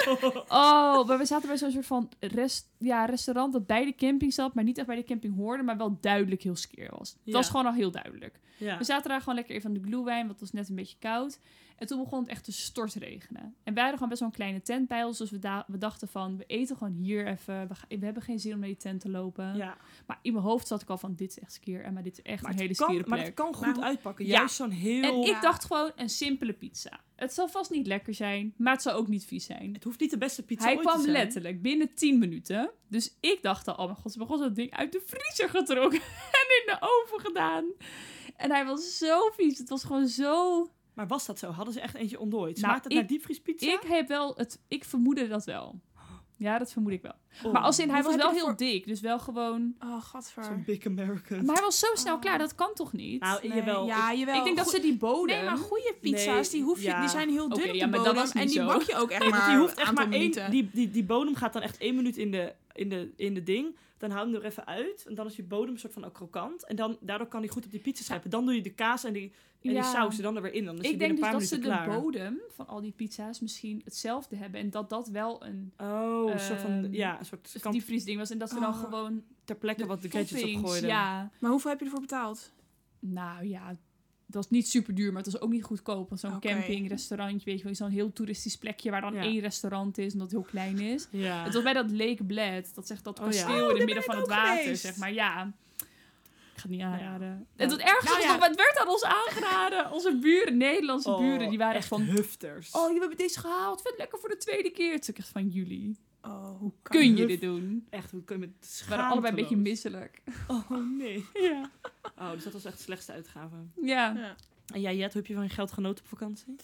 Oh, maar we zaten bij zo'n soort van restaurant dat bij de camping zat, maar niet echt bij de camping hoorde, maar wel duidelijk heel skeer was. Het was gewoon al heel duidelijk. Ja. We zaten daar gewoon lekker even aan de glühwein, want het was net een beetje koud. En toen begon het echt te stortregenen. En wij hadden gewoon best wel een kleine tent bij ons. Dus we dachten van, we eten gewoon hier even. We hebben geen zin om naar die tent te lopen. Ja. Maar in mijn hoofd zat ik al van, dit is echt skeer. Maar dit is echt een hele skere plek. Maar het kan goed uitpakken. Juist zo'n heel... En ik dacht gewoon, een simpele pizza. Het zal vast niet lekker zijn, maar het zal ook niet vies zijn. Het hoeft niet de beste pizza ooit te zijn. Hij kwam letterlijk binnen 10 minuten. Dus ik dacht al, oh mijn god, dat ding uit de vriezer getrokken. En in de oven gedaan. En hij was zo vies. Het was gewoon zo... Maar was dat zo? Hadden ze echt eentje ontdooid? Smaakt het naar diepvriespizza? Ik vermoedde dat wel. Ja, dat vermoed ik wel. Maar als in, hij was wel heel dik. Dus wel gewoon... Oh, gadver. Zo'n big American. Maar hij was zo snel klaar. Dat kan toch niet? Nou, jawel. Ja, jawel. Ik denk dat ze die bodem... Nee, maar goede pizza's, die zijn heel dun op de maar bodem. Dat en die bak je ook echt maar die hoeft echt maar minuten. Die bodem gaat dan echt 1 minuut in de ding. Dan haal je hem er even uit. En dan is je bodem een soort van ook krokant. En daardoor kan hij goed op die pizza schrijven. Dan doe je de kaas en die saus er dan er weer in. Dan is ik denk dus dat ze klaar. De bodem van al die pizza's misschien hetzelfde hebben. En dat wel een... een soort van... Ja, een soort diepvriesding was. En dat ze dan gewoon... Ter plekke wat de gadgets opgooiden. Ja. Maar hoeveel heb je ervoor betaald? Nou ja... Het was niet super duur, maar het was ook niet goedkoop. Want zo'n camping, restaurantje, weet je wel, zo'n heel toeristisch plekje waar dan 1 restaurant is en dat heel klein is. Ja. Het was bij dat Lake Bled, dat zegt dat kasteel in het midden van het water, geweest. Zeg maar. Ja, ik ga het niet aanraden. Ja. En het ergste was, wat werd aan ons aangeraden? Onze buren, Nederlandse buren, die waren echt van... hufters. Oh, je hebt deze gehaald, vind het lekker voor de 2e keer. Het is ook echt van jullie. Oh, hoe kun je dit doen? Echt, hoe kun je met schaamteloos. We waren allebei een beetje misselijk. Oh, nee. Ja. Oh, dus dat was echt de slechtste uitgave. Ja. En jij, Jet, hoe heb je van je geld genoten op vakantie?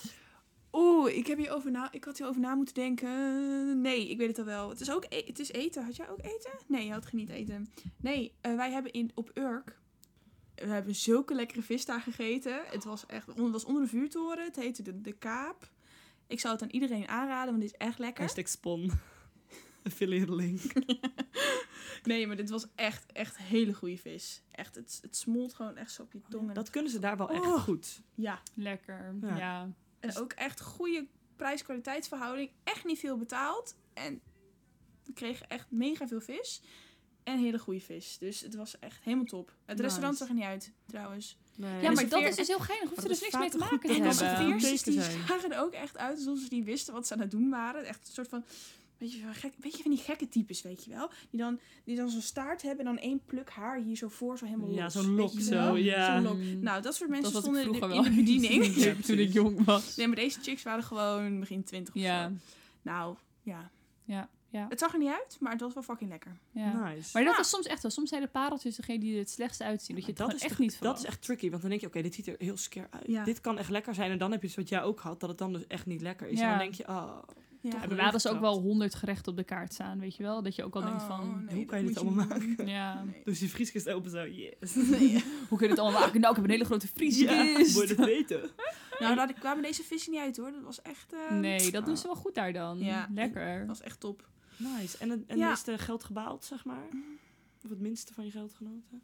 Ik had hierover na moeten denken. Nee, ik weet het al wel. Het is eten. Had jij ook eten? Nee, je had geen niet eten. Nee, wij hebben op Urk... We hebben zulke lekkere vis daar gegeten. Het was onder de vuurtoren. Het heette de Kaap. Ik zou het aan iedereen aanraden, want dit is echt lekker. #spon. Affiliate link. Nee, maar dit was echt hele goede vis. Echt, het smolt gewoon echt zo op je tong. Dat kunnen ze daar wel echt goed. Ja. Lekker, ja. En ook echt goede prijs-kwaliteitsverhouding. Echt niet veel betaald. En we kregen echt mega veel vis. En hele goede vis. Dus het was echt helemaal top. Het restaurant zag er niet uit, trouwens. Nee. Ja, maar dat is dus heel geinig. Hoeft er dus niks mee te maken te hebben. En de veertjes die zagen er ook echt uit alsof ze niet wisten wat ze aan het doen waren. Echt een soort van Beetje van die gekke types, weet je wel. Die dan zo'n staart hebben en dan 1 pluk haar hier zo voor, zo helemaal los. Ja, zo'n lok zo. Ja. Zo'n lok. Nou, dat soort mensen stonden in wel de bediening. Ja, toen ik jong was. Nee, maar deze chicks waren gewoon begin 20 of zo. Nou, ja. Ja. Het zag er niet uit, maar het was wel fucking lekker. Ja. Nice. Maar dat is soms echt wel. Soms zijn de pareltjes degene die er het slechtste uitzien. Dat je het echt niet verwacht. Dat is echt tricky, want dan denk je, oké, dit ziet er heel scare uit. Ja. Dit kan echt lekker zijn. En dan heb je het wat jij ook had, dat het dan dus echt niet lekker is. Ja. En dan denk je, Ja, bij mij hadden ze ook wel 100 gerechten op de kaart staan, weet je wel? Dat je ook al denkt van... Nee, hoe kan je dit allemaal maken? Ja. Nee. Dus die vrieskist open zo, yes. Nee. Hoe kun je dit allemaal maken? Nou, ik heb een hele grote vrieskist. Ja, moet je dat weten? Nou, daar kwamen deze vissen niet uit, hoor. Dat was echt... Nee, dat doen ze wel goed daar dan. Ja. Lekker. Dat was echt top. Nice. En het meeste geld gebaald, zeg maar? Of het minste van je geld genoten?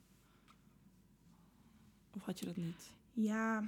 Of had je dat niet? Ja...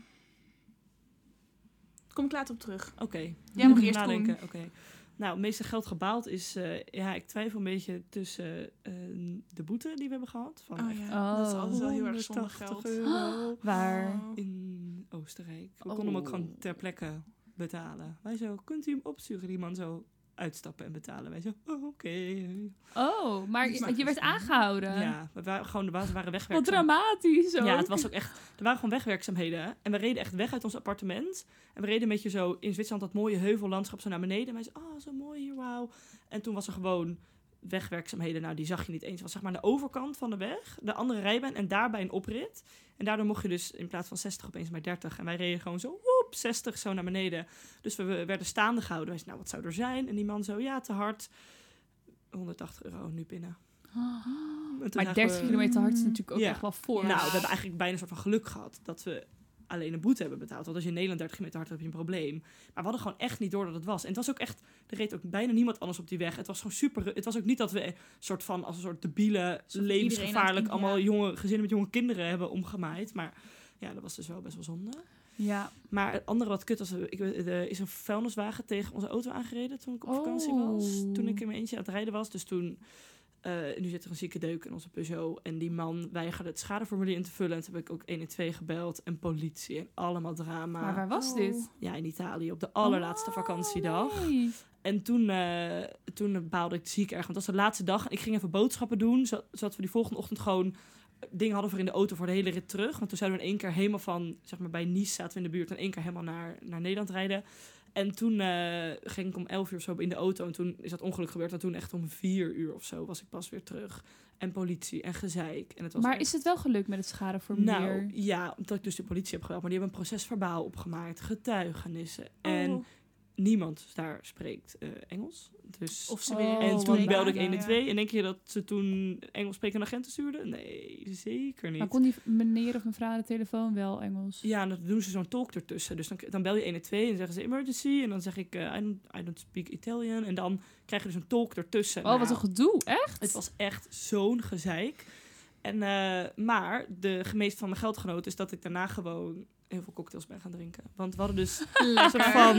Kom ik later op terug. Oké. Jij mag eerst nadenken. Oké. Nou, het meeste geld gebaald is... ik twijfel een beetje tussen de boete die we hebben gehad. Van dat is altijd wel heel erg zonde geld. Euro. Waar? In Oostenrijk. We konden hem ook gewoon ter plekke betalen. Wij zo, kunt u hem opsturen? Die man zo uitstappen en betalen. Wij zo, oké. Oh, maar je werd aangehouden? Ja, we waren wegwerkzaamheden. Wat dramatisch ook. Ja, het was ook echt... Er waren gewoon wegwerkzaamheden. En we reden echt weg uit ons appartement. En we reden een beetje zo in Zwitserland dat mooie heuvellandschap zo naar beneden. En wij zeiden, zo mooi hier, wauw. En toen was er gewoon wegwerkzaamheden. Nou, die zag je niet eens. Het was zeg maar aan de overkant van de weg. De andere rijbaan en daarbij een oprit. En daardoor mocht je dus in plaats van 60 opeens maar 30. En wij reden gewoon zo, 60 zo naar beneden. Dus we werden staande gehouden. Wij zeiden, nou, wat zou er zijn? En die man zo, ja, te hard. €180 nu binnen. Maar 30 kilometer hard is natuurlijk ook echt wel voor. Nou, we hebben eigenlijk bijna een soort van geluk gehad dat we alleen een boete hebben betaald. Want als je in Nederland 30 kilometer hard hebt, heb je een probleem. Maar we hadden gewoon echt niet door dat het was. En het was ook echt, er reed ook bijna niemand anders op die weg. Het was gewoon super. Het was ook niet dat we soort van als een soort debiele, levensgevaarlijk, allemaal jonge gezinnen met jonge kinderen hebben omgemaaid. Maar ja, dat was dus wel best wel zonde. Ja. Maar het andere wat kut was, er is een vuilniswagen tegen onze auto aangereden toen ik op vakantie was. Toen ik in mijn eentje aan het rijden was. Dus toen, nu zit er een zieke deuk in onze Peugeot. En die man weigerde het schadeformulier in te vullen. En toen heb ik ook 112 gebeld en politie en allemaal drama. Maar waar was dit? Ja, in Italië, op de allerlaatste vakantiedag. Nee. En toen baalde ik ziek erg, want dat was de laatste dag. En ik ging even boodschappen doen, zodat we die volgende ochtend gewoon dingen hadden voor in de auto voor de hele rit terug. Want toen zouden we in één keer helemaal van, zeg maar bij Nice zaten we in de buurt, en één keer helemaal naar Nederland rijden. En toen ging ik om 11 uur of zo in de auto. En toen is dat ongeluk gebeurd. En toen echt om 4 uur of zo was ik pas weer terug. En politie en gezeik. En het was maar is het wel gelukt met het schadeformulier? Nou, ja, omdat ik dus de politie heb gebeld. Maar die hebben een procesverbaal opgemaakt. Getuigenissen. En niemand daar spreekt Engels. Dus, of ze en toen belde ik 112. En denk je dat ze toen Engels sprekende agenten stuurden? Nee, zeker niet. Maar kon die meneer of mevrouw aan de telefoon wel Engels? Ja, en dan doen ze zo'n tolk ertussen. Dus dan bel je 112 en zeggen ze emergency. En dan zeg ik, I don't speak Italian. En dan krijg je dus een tolk ertussen. Oh, wat een gedoe, echt? Het was echt zo'n gezeik. En, maar de gemeeste van mijn geldgenoot is dat ik daarna gewoon heel veel cocktails ben gaan drinken. Want we hadden dus een soort van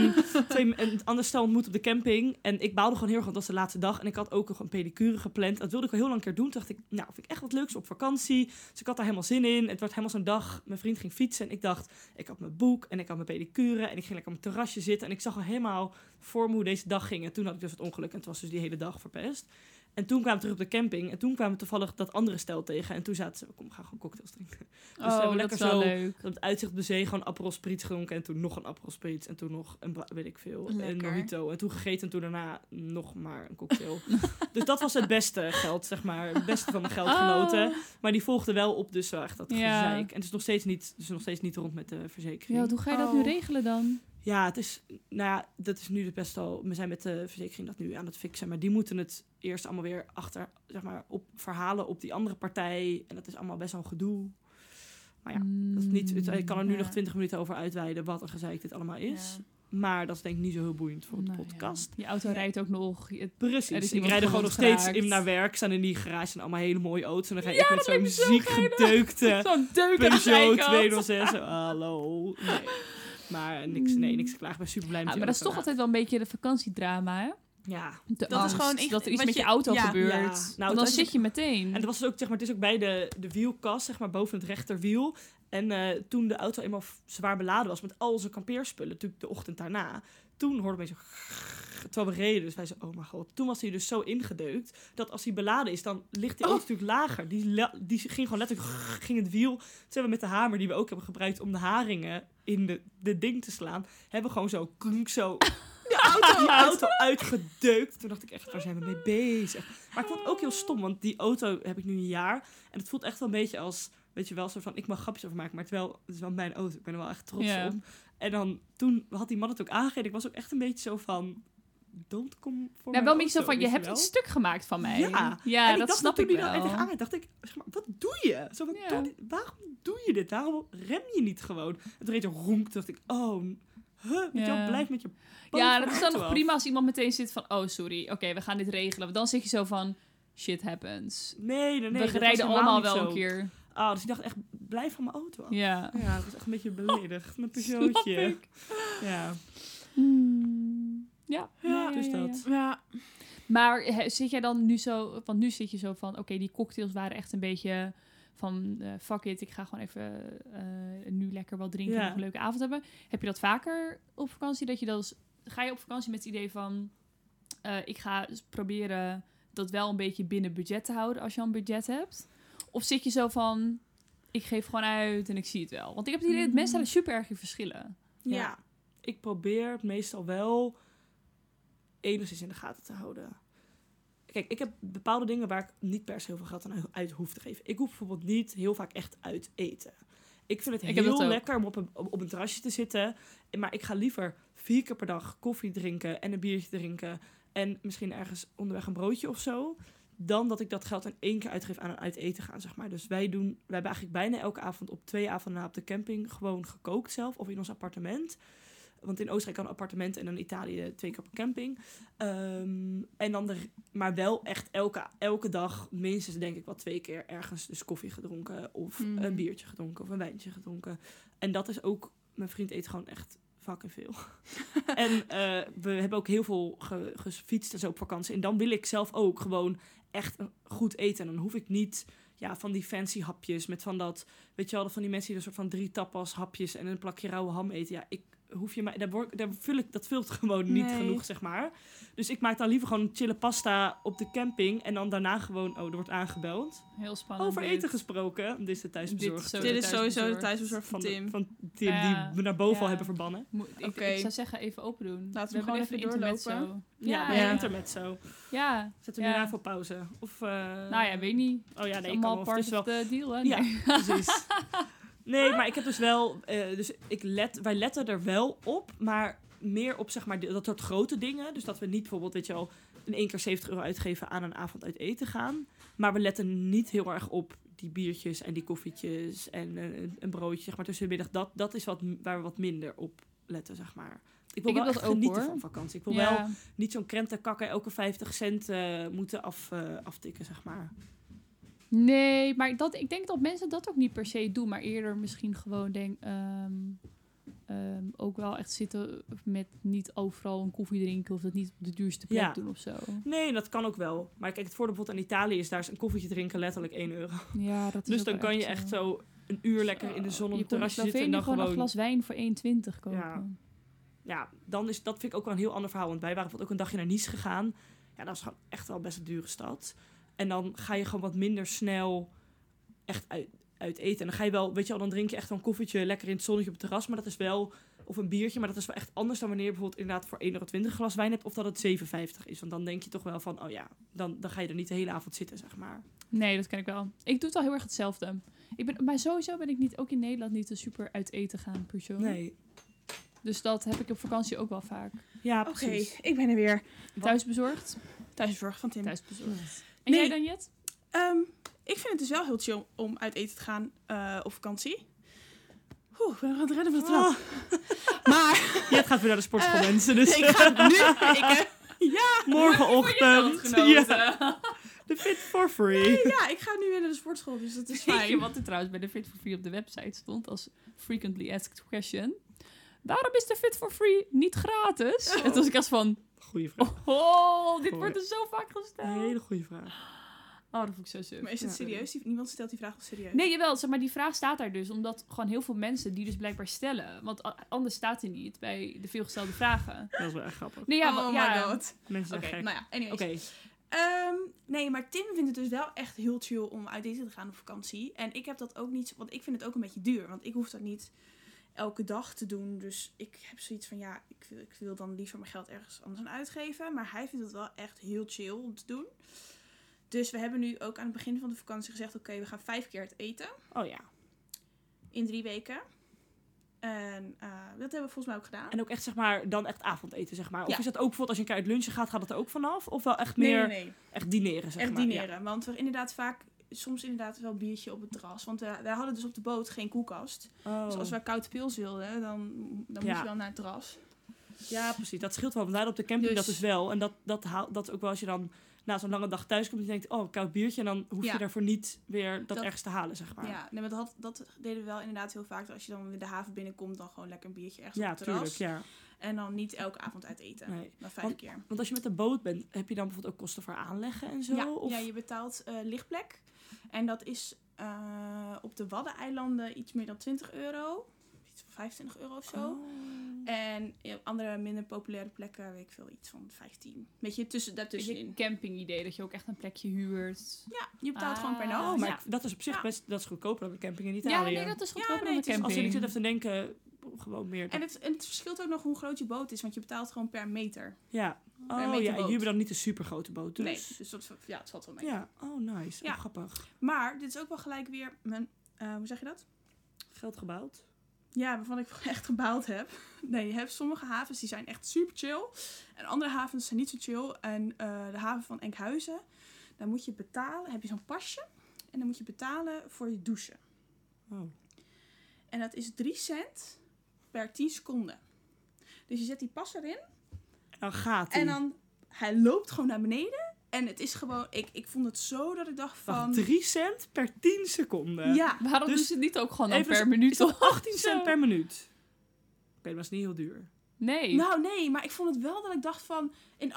een ander stel ontmoet op de camping. En ik baalde gewoon heel erg, want dat was de laatste dag. En ik had ook nog een pedicure gepland. Dat wilde ik al heel lang een keer doen. Toen dacht ik, nou, vind ik echt wat leuks op vakantie. Dus ik had daar helemaal zin in. Het werd helemaal zo'n dag. Mijn vriend ging fietsen. En ik dacht, ik had mijn boek en ik had mijn pedicure. En ik ging lekker op mijn terrasje zitten. En ik zag al helemaal voor me hoe deze dag ging. En toen had ik dus het ongeluk. En het was dus die hele dag verpest. En toen kwamen we terug op de camping. En toen kwamen we toevallig dat andere stel tegen. En toen zaten ze, kom, we gaan gewoon cocktails drinken. Dus we hebben lekker zo leuk. Op het uitzicht op de zee gewoon Aperol Spritz gedronken. En toen nog een Aperol Spritz. En toen nog een, weet ik veel, een mojito. En toen gegeten en toen daarna nog maar een cocktail. Dus dat was het beste geld, zeg maar. Het beste van mijn geldgenoten. Maar die volgde wel op dus wel echt dat gezeik. En het is nog steeds niet rond met de verzekering. Ja, hoe ga je dat nu regelen dan? Ja, het is, nou ja, dat is nu best wel. We zijn met de verzekering dat nu aan het fixen, maar die moeten het eerst allemaal weer achter, zeg maar, op verhalen op die andere partij. En dat is allemaal best wel een gedoe. Maar ja, dat is niet, ik kan er nu nog 20 minuten over uitweiden wat een gezeik dit allemaal is. Ja. Maar dat is denk ik niet zo heel boeiend voor de podcast. Ja. Je auto rijdt ook nog. Precies, ik rijd er gewoon nog steeds naar werk. Staan in die garage en allemaal hele mooie auto's. En dan ga ik met zo'n ziek gedeukte Peugeot 206. Hallo. Nee. Maar niks te klagen. Ik ben super blij met maar dat is toch altijd wel een beetje de vakantiedrama, hè? Ja. Dat angst, is gewoon dat er iets met je auto gebeurt. Ja. Nou, dan zit je meteen. En dat was ook, zeg maar, het is ook bij de wielkast, zeg maar, boven het rechterwiel. En toen de auto eenmaal zwaar beladen was met al zijn kampeerspullen, natuurlijk de ochtend daarna, toen hoorde ik zo terwijl we reden, dus wij zeiden, oh mijn god. Toen was hij dus zo ingedeukt, dat als hij beladen is, dan ligt die auto natuurlijk lager. Die ging gewoon letterlijk, ging het wiel. Toen hebben we met de hamer, die we ook hebben gebruikt om de haringen in de ding te slaan, hebben we gewoon zo, die auto uitgedeukt. Toen dacht ik echt, waar zijn we mee bezig? Maar ik vond het ook heel stom, want die auto heb ik nu een jaar. En het voelt echt wel een beetje als, weet je wel, zo van, ik mag grapjes over maken, maar het is wel mijn auto. Ik ben er wel echt trots op. En dan, toen had die man het ook aangegeven. Ik was ook echt een beetje zo van, don't come for wel een beetje zo van, je hebt iets stuk gemaakt van mij. Ja, en dat snap ik wel. En tegen dacht ik, zeg maar, wat doe je? Zo van, waarom doe je dit? Waarom rem je niet gewoon? En toen reed er ronk, dacht ik, weet je wel, blijf met je dat is dan nog prima als iemand meteen zit van, oh sorry, oké, we gaan dit regelen. Want dan zit je zo van, shit happens. Nee. We rijden allemaal wel een keer. Dus ik dacht echt, blijf van mijn auto af. Ja, dat was echt een beetje beledigd. Mijn Peugeotje. Ja. Dus dat. Ja. Maar zit jij dan nu zo, want nu zit je zo van, oké, die cocktails waren echt een beetje van, fuck it, ik ga gewoon even nu lekker wat drinken en nog een leuke avond hebben. Heb je dat vaker op vakantie? Dat je dat ga je op vakantie met het idee van, ik ga proberen dat wel een beetje binnen budget te houden als je al een budget hebt? Of zit je zo van, ik geef gewoon uit en ik zie het wel? Want ik heb het idee dat mensen daar super erg in verschillen. Ja, ik probeer het meestal wel enigszins in de gaten te houden. Kijk, ik heb bepaalde dingen waar ik niet per se heel veel geld aan uit hoef te geven. Ik hoef bijvoorbeeld niet heel vaak echt uit eten. Ik vind het heel lekker om op een terrasje te zitten. Maar ik ga liever 4 keer per dag koffie drinken en een biertje drinken. En misschien ergens onderweg een broodje of zo. Dan dat ik dat geld in 1 keer uitgeef aan een uit eten gaan, zeg maar. Dus wij hebben eigenlijk bijna elke avond op 2 avonden na op de camping gewoon gekookt zelf. Of in ons appartement. Want in Oostenrijk kan een appartement en in Italië 2 keer op een camping. En dan maar wel echt elke dag minstens denk ik wel 2 keer ergens dus koffie gedronken. Of een biertje gedronken of een wijntje gedronken. En dat is ook, mijn vriend eet gewoon echt fucking veel. En we hebben ook heel veel gefietst en zo op vakantie. En dan wil ik zelf ook gewoon echt goed eten. En dan hoef ik niet van die fancy hapjes met van dat, weet je wel, van die mensen die een soort van 3 tapas hapjes en een plakje rauwe ham eten. Ja, hoef je mij, dat vult gewoon niet genoeg, zeg maar. Dus ik maak dan liever gewoon een chille pasta op de camping en dan daarna gewoon, er wordt aangebeld. Heel spannend. Over eten gesproken. Dit is de thuisbezorgd. Dit is sowieso de thuisbezorgd van Tim. Van Tim, die we naar boven al hebben verbannen. Ik zou zeggen, even open doen. Laten we gewoon even doorlopen. Intermezzo. Ja. Zetten we nu voor pauze? Of, weet niet. Oh ja, nee, ik kan part of the deal, hè? Nee. Ja, precies. Nee, maar ik heb dus wel... wij letten er wel op, maar meer op, zeg maar, dat soort grote dingen. Dus dat we niet bijvoorbeeld, weet je wel, in 1 keer €70 uitgeven aan een avond uit eten gaan. Maar we letten niet heel erg op die biertjes en die koffietjes en een broodje, zeg maar, tussen de middag. Dat is waar we wat minder op letten, zeg maar. Ik wil wel echt genieten van vakantie. Ik wil wel niet zo'n krentenkakker elke 50 cent moeten aftikken, zeg maar. Nee, maar ik denk dat mensen dat ook niet per se doen. Maar eerder misschien gewoon ook wel echt zitten met niet overal een koffie drinken. Of dat niet op de duurste plek doen of zo. Nee, dat kan ook wel. Maar kijk, het voordeel bijvoorbeeld aan Italië is daar een koffietje drinken letterlijk €1. Ja, dat is dus dan kan je echt zo een uur lekker in de zon op het terrasje zitten. En dan gewoon een glas wijn voor €1,20 kopen. Ja, dat vind ik ook wel een heel ander verhaal. Want wij waren bijvoorbeeld ook een dagje naar Nice gegaan. Ja, dat is gewoon echt wel best een dure stad. En dan ga je gewoon wat minder snel echt uit eten. En dan ga je wel, weet je wel, dan drink je echt wel een koffietje lekker in het zonnetje op het terras. Maar dat is wel, of een biertje, maar dat is wel echt anders dan wanneer je bijvoorbeeld inderdaad voor €1,20 glas wijn hebt. Of dat het €7,50 is. Want dan denk je toch wel van, dan ga je er niet de hele avond zitten, zeg maar. Nee, dat ken ik wel. Ik doe het al heel erg hetzelfde. Maar sowieso ben ik niet, ook in Nederland, niet een super uit eten gaan persoon. Nee. Dus dat heb ik op vakantie ook wel vaak. Ja, precies. Oké, ik ben er weer. Thuisbezorgd? Thuisbezorgd van Tim. Thuisbezorgd. En jij dan, Jet? Ik vind het dus wel heel chill om uit eten te gaan op vakantie. Ik ben nog aan het redden van de trap. Maar... Jet gaat weer naar de sportschool, mensen. Dus ik ga nu kijken. Morgenochtend. De Fit for Free. Ja, ik ga nu weer naar de sportschool, dus dat is fijn. Weet je wat er trouwens bij de Fit for Free op de website stond als frequently asked question? Waarom is de Fit for Free niet gratis? En toen was ik als van... Goeie vraag. Dit wordt er zo vaak gesteld. Een hele goede vraag. Oh, dat vond ik zo suf. Maar is het serieus? Niemand stelt die vraag al serieus? Nee, jawel. Zeg maar, die vraag staat daar dus. Omdat gewoon heel veel mensen die dus blijkbaar stellen. Want anders staat hij niet bij de veelgestelde vragen. Dat is wel echt grappig. Nee, ja, oh my god. Mensen zijn gek. Nou ja, anyways. Oké. Nee, maar Tim vindt het dus wel echt heel chill om uit eten te gaan op vakantie. En ik heb dat ook niet, want ik vind het ook een beetje duur. Want ik hoef dat niet elke dag te doen. Dus ik heb zoiets van, ja, ik wil dan liever mijn geld ergens anders aan uitgeven. Maar hij vindt het wel echt heel chill om te doen. Dus we hebben nu ook aan het begin van de vakantie gezegd, oké, we gaan 5 keer uit eten. Oh ja. In 3 weken. En dat hebben we volgens mij ook gedaan. En ook echt, zeg maar, dan echt avondeten, zeg maar. Of Ja. is dat ook bijvoorbeeld als je een keer uit lunchen gaat dat er ook vanaf? Of wel echt meer Nee. echt dineren, zeg Echt maar? dineren. Ja. Want we inderdaad vaak, soms inderdaad wel een biertje op het terras. Want wij hadden dus op de boot geen koelkast. Ja. Dus als wij koud pils wilden, dan moet je wel naar het terras. Ja, precies. Dat scheelt wel. Want daar op de camping Dus- dat is wel. En dat is ook wel als je dan na zo'n lange dag thuis komt en je denkt, oh, koud biertje. En dan hoef je daarvoor niet weer dat ergens te halen, zeg maar. Ja, nee, maar dat deden we wel inderdaad heel vaak. Als je dan weer de haven binnenkomt, dan gewoon lekker een biertje ergens op het terras. Tuurlijk, ja. En dan niet elke avond uit eten. Nee. Maar 5 keer. Want als je met de boot bent, heb je dan bijvoorbeeld ook kosten voor aanleggen en zo? Ja, Of? ja, je betaalt lichtplek. En dat is op de Waddeneilanden iets meer dan €20. Iets van €25 of zo. Oh. En op andere minder populaire plekken, weet ik veel, iets van 15. Weet je, daartussenin. Een camping-idee, dat je ook echt een plekje huurt. Ja, je betaalt gewoon per nacht. Oh, maar Ja. dat is op zich best, dat is goedkoper dan de camping in Ja, Italië. nee, dat is Ja, goedkoper nee, dan de het is- Als camping. ik zit even te denken, gewoon meer. En het verschilt ook nog hoe groot je boot is, want je betaalt gewoon per meter. Ja. Per Oh meter ja, en boot. jullie hebben dan niet een super grote boot, dus. Nee, dus dat, ja, het valt wel mee. Ja, oh nice. Ja. Oh, grappig. Maar dit is ook wel gelijk weer mijn, hoe zeg je dat? Geld gebouwd. Ja, waarvan ik echt gebaald heb. Nee, je hebt sommige havens die zijn echt super chill. En andere havens zijn niet zo chill. En de haven van Enkhuizen, daar moet je betalen. Heb je zo'n pasje. En dan moet je betalen voor je douchen. Oh. En dat is 3 cent per 10 seconden. Dus je zet die pas erin. Dan gaat hij. En dan, hij loopt gewoon naar beneden. En het is gewoon, ik vond het zo dat ik dacht van... 3 cent per 10 seconden. Ja, Waarom Dus doen ze het niet ook gewoon dan even per is minuut? dat 18 Zo. cent per minuut? Oké, dat was niet heel duur. Nee. nou nee, maar ik vond het wel dat ik dacht van... In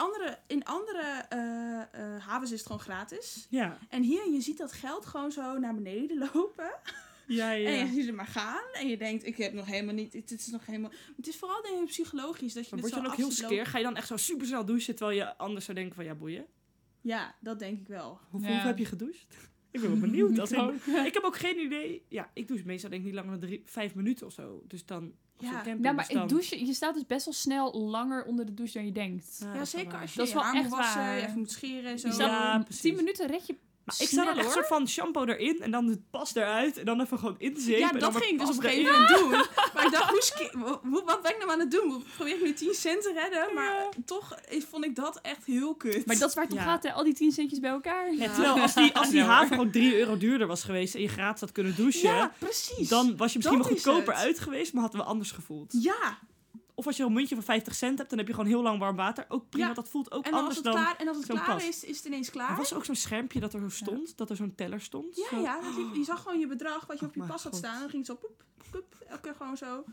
andere havens is het gewoon gratis. Ja. En hier, je ziet dat geld gewoon zo naar beneden lopen. Ja. En je ziet het maar gaan. En je denkt, ik heb nog helemaal niet... Het is nog helemaal... Het is vooral denk ik psychologisch dat je Maar het word je zo dan ook af heel ziet skeer? lopen. Ga je dan echt zo super snel douchen, terwijl je anders zou denken van, ja, boeien. Ja, dat denk ik wel. Hoeveel Ja. heb je gedoucht? Ik ben wel benieuwd. Als Ik ook. ik heb ook geen idee. Ja, ik douche meestal denk ik niet langer dan 5 minuten of zo. Dus dan... op Ja. zo'n camping, Ja, maar dus dan... ik douche, je staat dus best wel snel langer onder de douche dan je denkt. Ja, Ja, dat is wel zeker waar. als je Dat is je wel haar moet echt wassen, waar. even moet scheren en zo. Je staat- staat Ja, precies. 10 minuten red je Maar ik sta dan echt hoor. soort van shampoo erin en dan het pas eruit en dan even gewoon inzeepen. Ja, en dat dan ging ik dus pas op een erin. gegeven moment doen. Maar ik dacht, wat ben ik nou aan het doen? Probeer ik nu 10 cent te redden? Maar toch vond ik dat echt heel kut. Maar dat is waar het om Ja. gaat, hè? Al die 10 centjes bij elkaar. Ja, terwijl als die haven gewoon €3 duurder was geweest en je gratis had kunnen douchen, Ja, precies. dan was je misschien Dat wel is goedkoper het. uit geweest, maar hadden we anders gevoeld. Ja, Of als je een muntje van 50 cent hebt, dan heb je gewoon heel lang warm water. Ook prima, Ja. dat voelt ook en als anders het dan... klaar, zo'n klaar pas. is het ineens klaar. Er was ook zo'n schermpje dat er zo stond, dat er zo'n teller stond. Ja, Zo. ja. Je zag gewoon je bedrag wat je Oh op je mijn pas had God. staan. Dan ging het zo poep, poep, elke keer gewoon zo.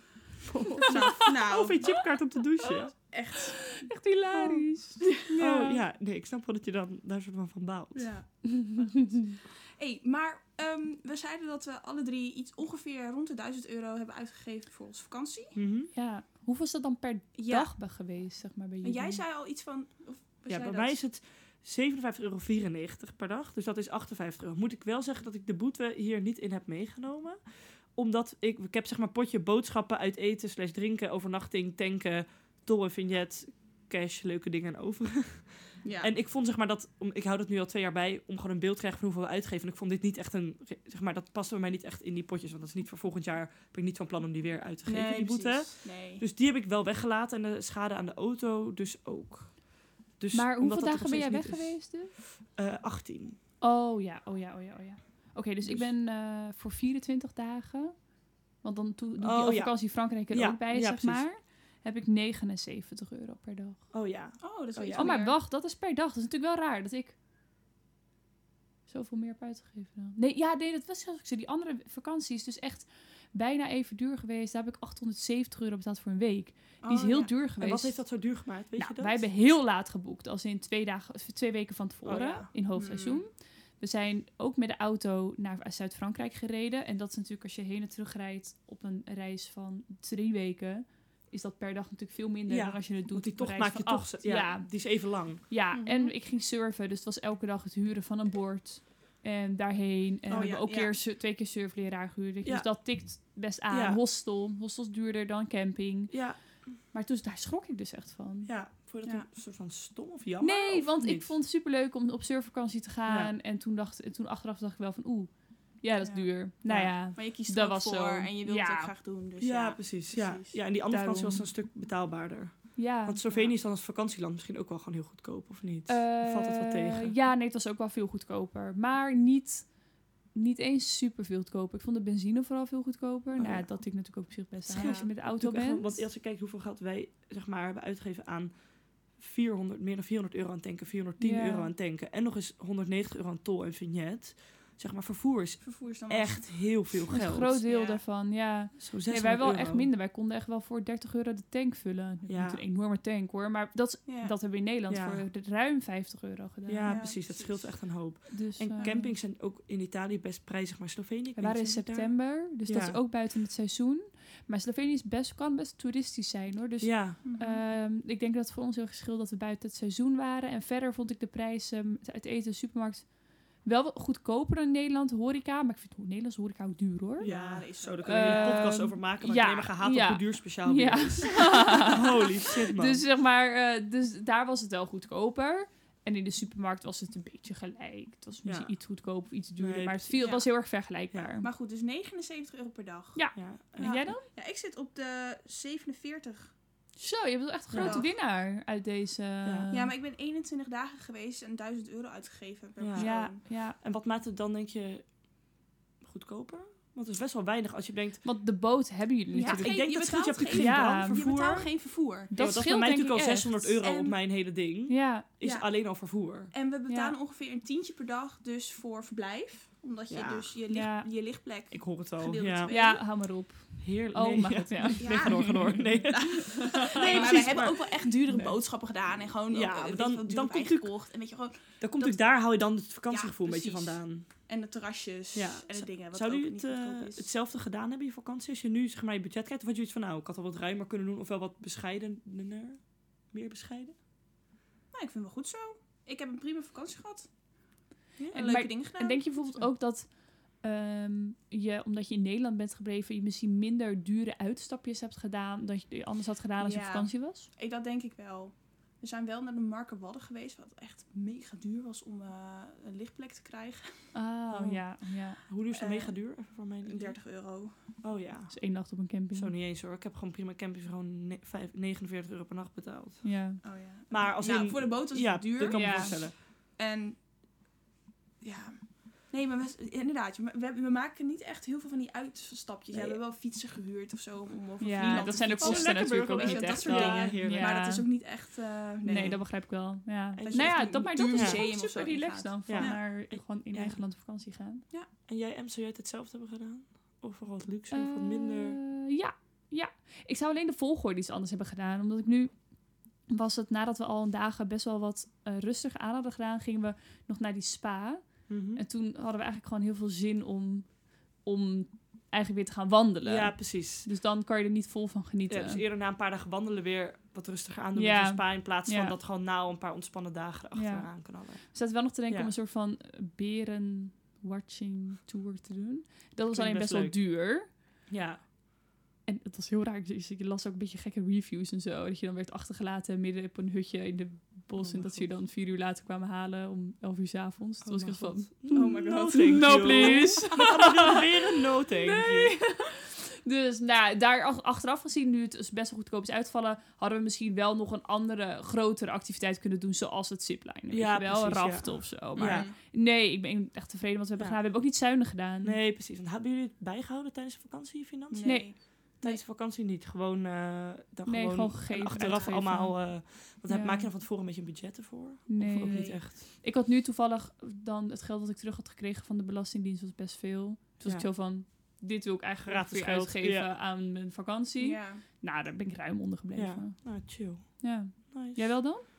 Of Nou, een chipkaart om te douchen. echt. Echt hilarisch. Oh ja, nee, ik snap wel dat je dan daar soort van baalt. Ja. Maar we zeiden dat we alle 3 iets ongeveer rond de €1000 hebben uitgegeven voor onze vakantie. Mhm. Ja. Hoeveel is dat dan per Ja. dag geweest, zeg maar, bij En jullie? jij zei al iets van... Of was Ja, jij bij dat? mij is het €57,94 per dag. Dus dat is €58. Moet ik wel zeggen dat ik de boete hier niet in heb meegenomen. Omdat ik heb zeg maar potje boodschappen uit eten / drinken, overnachting, tanken, tol en vignet, cash, leuke dingen en over. Ja. En ik vond zeg maar ik hou dat nu al 2 jaar bij, om gewoon een beeld te krijgen van hoeveel we uitgeven. En ik vond dit niet echt zeg maar, dat paste bij mij niet echt in die potjes. Want dat is niet voor volgend jaar, ben ik niet van plan om die weer uit te geven, die boete. precies. Nee. Dus die heb ik wel weggelaten en de schade aan de auto dus ook. Dus, Maar omdat hoeveel dat dagen ben jij nog weg steeds niet geweest dus? is. 18. Oh ja. Oké, dus ik ben voor 24 dagen, want dan doe ik die Oh, ja. vakantie Frankrijk er Ja, ook bij, ja, zeg precies. maar. Heb ik €79 per dag. Oh ja. Oh, dat is wel Oh, iets ja. Oh, maar meer. wacht, dat is per dag. Dat is natuurlijk wel raar dat ik zoveel meer heb uitgegeven dan. Nee, dat was zoals ik zei. Die andere vakantie is dus echt bijna even duur geweest. Daar heb ik €870 betaald voor een week. Die is Oh, heel ja. duur En geweest. wat heeft dat zo duur gemaakt? Weet Nou, je dat? wij hebben heel laat geboekt. Als in 2 weken van tevoren. Oh, ja. In hoofdseizoen. We zijn ook met de auto naar Zuid-Frankrijk gereden. En dat is natuurlijk als je heen en terug rijdt op een reis van 3 weken... is dat per dag natuurlijk veel minder dan als je het doet op een reis van 8. Ja, die is even lang. Ja, en ik ging surfen. Dus het was elke dag het huren van een bord. En daarheen. En we hebben ook 2 keer surfleraar gehuurd. Dus dat tikt best aan. Ja. Hostels duurder dan camping. Ja. Maar daar schrok ik dus echt van. Ja, vond je dat een soort van stom of jammer? Nee, want ik vond het superleuk om op surfvakantie te gaan. Ja. En toen achteraf dacht ik wel van dat is duur. Nou ja, maar je kiest er ook voor en je wilt het ook graag doen. Dus precies. Ja, en die andere vakantie was een stuk betaalbaarder. Ja. Want Slovenië is dan als vakantieland misschien ook wel gewoon heel goedkoop, of niet? Of valt het wel tegen? Ja, nee, het was ook wel veel goedkoper. Maar niet eens super veel goedkoper. Ik vond de benzine vooral veel goedkoper. Dat ik natuurlijk ook op zich best aan als je met de auto bent. Want als je kijkt hoeveel geld wij hebben uitgegeven aan meer dan 400 euro aan tanken, 410 euro aan tanken en nog eens 190 euro aan tol en vignet. Zeg maar, vervoer is dan echt heel veel geld. Een groot deel daarvan, ja. Wij wel echt minder. Wij konden echt wel voor 30 euro de tank vullen. Niet een enorme tank hoor, maar dat hebben we in Nederland voor ruim 50 euro gedaan. Ja, precies. Dat scheelt echt een hoop. Dus, en campings zijn ook in Italië best prijzig, maar Slovenië... We waren in september, dus dat is ook buiten het seizoen. Maar Slovenië kan best toeristisch zijn hoor. Dus ik denk dat het voor ons heel verschil dat we buiten het seizoen waren. En verder vond ik de prijzen uit eten in de supermarkt... wel goedkoper dan in Nederland, horeca. Maar ik vind Nederlandse horeca ook duur, hoor. Ja, dat is zo. Daar kunnen we een podcast over maken. Maar ik heb helemaal gehaat op hoe duur speciaal is. Holy shit, man. Dus zeg maar, dus daar was het wel goedkoper. En in de supermarkt was het een beetje gelijk. Het was misschien iets goedkoper of iets duurder. Maar het was heel erg vergelijkbaar. Ja. Maar goed, dus 79 euro per dag. Ja. En jij dan? Ja, ik zit op de 47. Zo, je bent echt een grote winnaar uit deze... Ja, maar ik ben 21 dagen geweest en 1000 euro uitgegeven per persoon. Ja. En wat maakt het dan, denk je, goedkoper? Want het is best wel weinig als je denkt... Want de boot hebben jullie natuurlijk. Ik denk dat het goed, je hebt vervoer. Je betaalt geen vervoer. Dat is voor mij natuurlijk al 600 euro op mijn hele ding. Ja. Is alleen al vervoer. En we betalen ongeveer een tientje per dag dus voor verblijf. Omdat je dus je lichtplek... Ik hoor het al. Ja, hou maar op. Heerlijk. Oh, mag het, Nee, ga door. Nee, maar we hebben ook wel echt duurdere boodschappen gedaan. En gewoon dan komt gekocht. En weet je, gewoon, daar hou je dan het vakantiegevoel een beetje vandaan. En de terrasjes en de dingen. Zou je hetzelfde gedaan hebben, je vakantie? Als je nu zeg maar je budget kijkt, of had je iets van, ik had al wat ruimer kunnen doen, of wel wat bescheidener? Meer bescheiden? Nou, ik vind het wel goed zo. Ik heb een prima vakantie gehad. En leuke dingen gedaan. En denk je bijvoorbeeld ook dat omdat je in Nederland bent gebleven, je misschien minder dure uitstapjes hebt gedaan dan je anders had gedaan als je op vakantie was? Dat denk ik wel. We zijn wel naar de Markerwadden geweest, wat echt mega duur was om een lichtplek te krijgen. Ja. Hoe duur is dat mega duur? Even voor mij 30 euro. Oh ja. Dus 1 nacht op een camping. Zo niet eens hoor. Ik heb gewoon prima camping voor gewoon 49 euro per nacht betaald. Ja. Oh ja. Maar als voor de boot was het duur. Dat kan me voorstellen. En nee, maar inderdaad, we maken niet echt heel veel van die uitstapjes. We hebben wel fietsen gehuurd of zo. Om over dat zijn de kosten natuurlijk ook niet echt. Dat soort dingen. Maar dat is ook niet echt... Nee, dat begrijp ik wel. Ja. Dat is super relaxed dan. Van naar gewoon in eigen land op vakantie gaan. Ja. En jij, Em, zou jij het hetzelfde hebben gedaan? Of voor wat luxe of wat minder? Ja. Ik zou alleen de volgorde iets anders hebben gedaan. Omdat ik nu... was het nadat we al een dagen best wel wat rustig aan hadden gedaan... gingen we nog naar die spa... Mm-hmm. En toen hadden we eigenlijk gewoon heel veel zin om eigenlijk weer te gaan wandelen. Ja, precies. Dus dan kan je er niet vol van genieten. Ja, dus eerder na een paar dagen wandelen weer wat rustiger aan doen met een spa... in plaats van dat gewoon na een paar ontspannen dagen erachteraan knallen. We zaten wel nog te denken om een soort van beren-watching tour te doen. Dat was alleen best wel duur. Ja. En het was heel raar. Dus je las ook een beetje gekke reviews en zo. Dat je dan werd achtergelaten midden op een hutje in de bos. En dat ze je dan 4 uur later kwamen halen om 11 uur 's avonds. Toen was ik van... Oh my god. No, please. Weer een no, thank you. Dus daar achteraf gezien, nu het dus best wel goedkoop is uitvallen... hadden we misschien wel nog een andere, grotere activiteit kunnen doen... zoals het ziplinen. Ja, precies, een raften of zo. Maar nee, ik ben echt tevreden wat we hebben gedaan. We hebben ook niet zuinig gedaan. Nee, precies. Want hebben jullie het bijgehouden tijdens de vakantie, je financiën? Nee. Tijdens de vakantie niet. Gewoon gewoon gegeven. Achteraf allemaal... want maak je dan van tevoren een beetje een budget ervoor? Nee. Of ook niet echt? Ik had nu toevallig dan het geld dat ik terug had gekregen van de Belastingdienst was best veel. Toen was ik zo van, dit wil ik eigenlijk gratis uitgeven aan mijn vakantie. Ja. Nou, daar ben ik ruim onder gebleven. Ja, chill. Ja. Nice. Jij wel dan?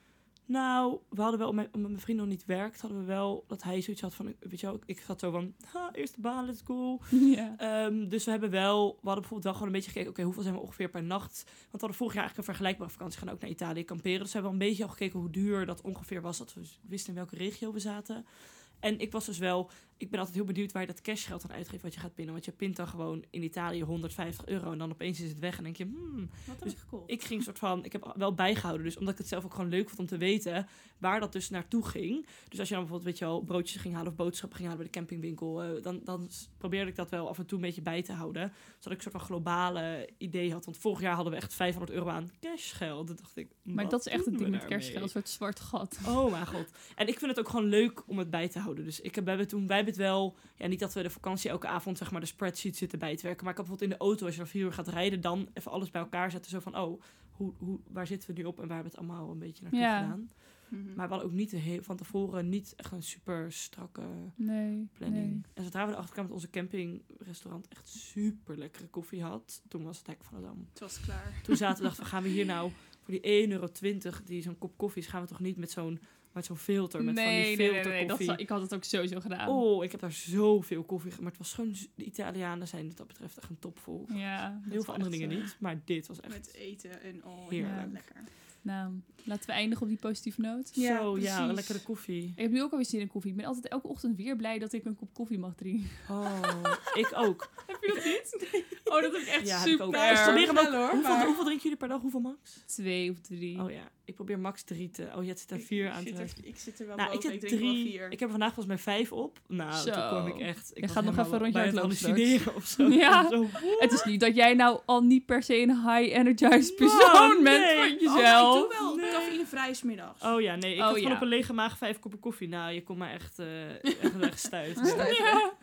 Nou, we hadden wel, omdat mijn vriend nog niet werkt, hadden we wel dat hij zoiets had van, weet je wel, ik zat zo van, eerste baan, let's go. Yeah. Dus we hadden bijvoorbeeld wel gewoon een beetje gekeken, oké, hoeveel zijn we ongeveer per nacht? Want we hadden vorig jaar eigenlijk een vergelijkbare vakantie, gaan ook naar Italië kamperen. Dus we hebben wel een beetje al gekeken hoe duur dat ongeveer was, dat we wisten in welke regio we zaten. En ik was dus wel, ik ben altijd heel benieuwd waar je dat cashgeld aan uitgeeft wat je gaat pinnen. Want je pint dan gewoon in Italië €150 en dan opeens is het weg en denk je, Wat dus cool. ik ging soort van, ik heb wel bijgehouden, dus omdat ik het zelf ook gewoon leuk vond om te weten waar dat dus naartoe ging. Dus als je dan bijvoorbeeld, weet je wel, broodjes ging halen of boodschappen ging halen bij de campingwinkel, dan probeerde ik dat wel af en toe een beetje bij te houden. Zodat ik een soort van globale idee had. Want vorig jaar hadden we echt €500 aan cashgeld. Dan dacht ik, maar dat is echt het ding met cashgeld, een soort zwart gat. Oh mijn god. En ik vind het ook gewoon leuk om het bij te houden. Dus wij hebben het wel, niet dat we de vakantie elke avond zeg maar de spreadsheet zitten bij te werken, maar ik heb bijvoorbeeld in de auto, als je dan 4 uur gaat rijden, dan even alles bij elkaar zetten. Zo van, waar zitten we nu op en waar hebben we het allemaal een beetje naartoe gedaan. Mm-hmm. Maar we hadden ook niet van tevoren niet echt een super strakke planning. Nee. En zodra we erachter kwamen dat onze campingrestaurant echt super lekkere koffie had, toen was het hek van de dam. Het was klaar. Toen dachten we, gaan we hier nou voor die €1,20 die zo'n kop koffie is, gaan we toch niet met zo'n filter, met van die filterkoffie. Nee, ik had het ook sowieso gedaan. Oh, ik heb daar zoveel koffie maar het was gewoon, de Italianen zijn wat dat betreft echt een topvolk. Ja, heel veel andere dingen niet, maar dit was echt met eten en heerlijk. Lekker. Nou, laten we eindigen op die positieve noot. Ja, lekkere koffie. Ik heb nu ook alweer zin in koffie. Ik ben altijd elke ochtend weer blij dat ik een kop koffie mag drinken. Oh, ik ook. Heb je dat niet? Nee. Oh, dat heb ik echt super. Ik probeer hem ook. Hoeveel drinken jullie per dag? Hoeveel max? 2 of 3. Oh ja, ik probeer max 3 te... Oh, je zit er 4 aan te trekken. Ik zit er wel boven, ik drink 3. wel 4. Ik heb er vandaag volgens mij 5 op. Nou, toen kwam ik echt... Je gaat nog even een rondje hallucineren of zo. Ja, het is niet dat jij nou al niet per se een high-energized persoon bent van jezelf. Ik doe wel cafeïnevrij 's middags. Oh ja, nee, ik had gewoon op een lege maag 5 koppen koffie. Nou, je kon me echt wegstuiten. Ja.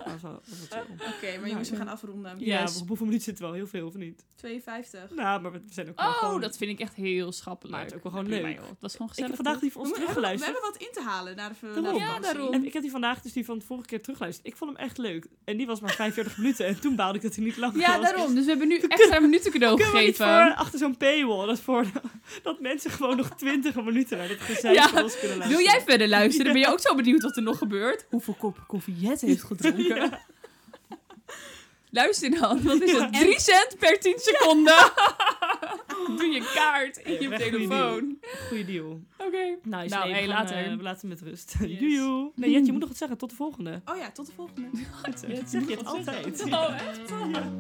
Oké, maar jongens, we gaan afronden. Ja, hoeveel minuten zitten wel? Heel veel, of niet? 52. Nou, maar we zijn ook gewoon... dat vind ik echt heel schappelijk. Maar het is ook wel gewoon leuk. Dat was gewoon gezellig. Ik heb vandaag die van ons teruggeluisterd. We hebben wat in te halen naar de daarom. En ik heb die vandaag dus die van de vorige keer teruggeluisterd. Ik vond hem echt leuk. En die was maar 45 minuten. En toen baalde ik dat hij niet lang was. Ja, daarom. Dus we hebben nu extra minuten cadeau gegeven. Achter zo'n paywall. Dat mensen gewoon nog 20 minuten naar dit gezeik van ons kunnen luisteren. Wil jij verder luisteren? Ben je ook zo benieuwd wat er nog gebeurt? Hoeveel koppen koffie Jet heeft gedronken? Ja. Luister dan. Wat is dat? 3 cent per 10 seconden. Doe je kaart in je telefoon. Goeie deal. Oké. Nou, later. We laten met rust. Yes. Joejoe. Nee, Jet, je moet nog wat zeggen. Tot de volgende. Oh ja, tot de volgende. Dat zeg je het altijd. Oh, echt? Ja.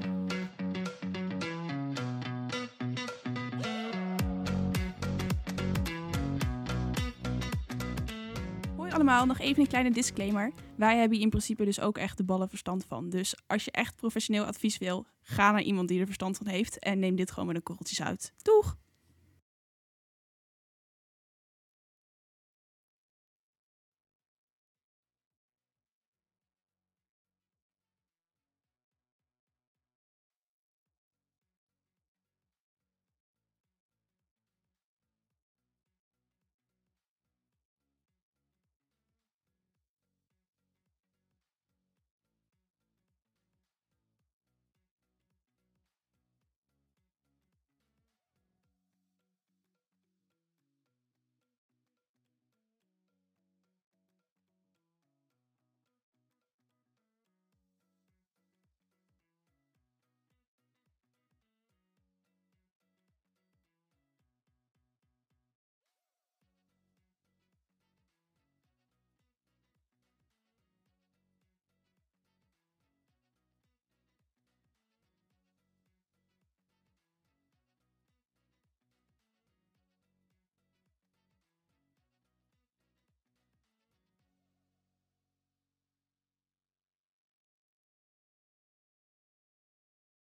Allemaal, nog even een kleine disclaimer. Wij hebben hier in principe dus ook echt de ballen verstand van. Dus als je echt professioneel advies wil, ga naar iemand die er verstand van heeft en neem dit gewoon met een korreltjes uit. Doeg!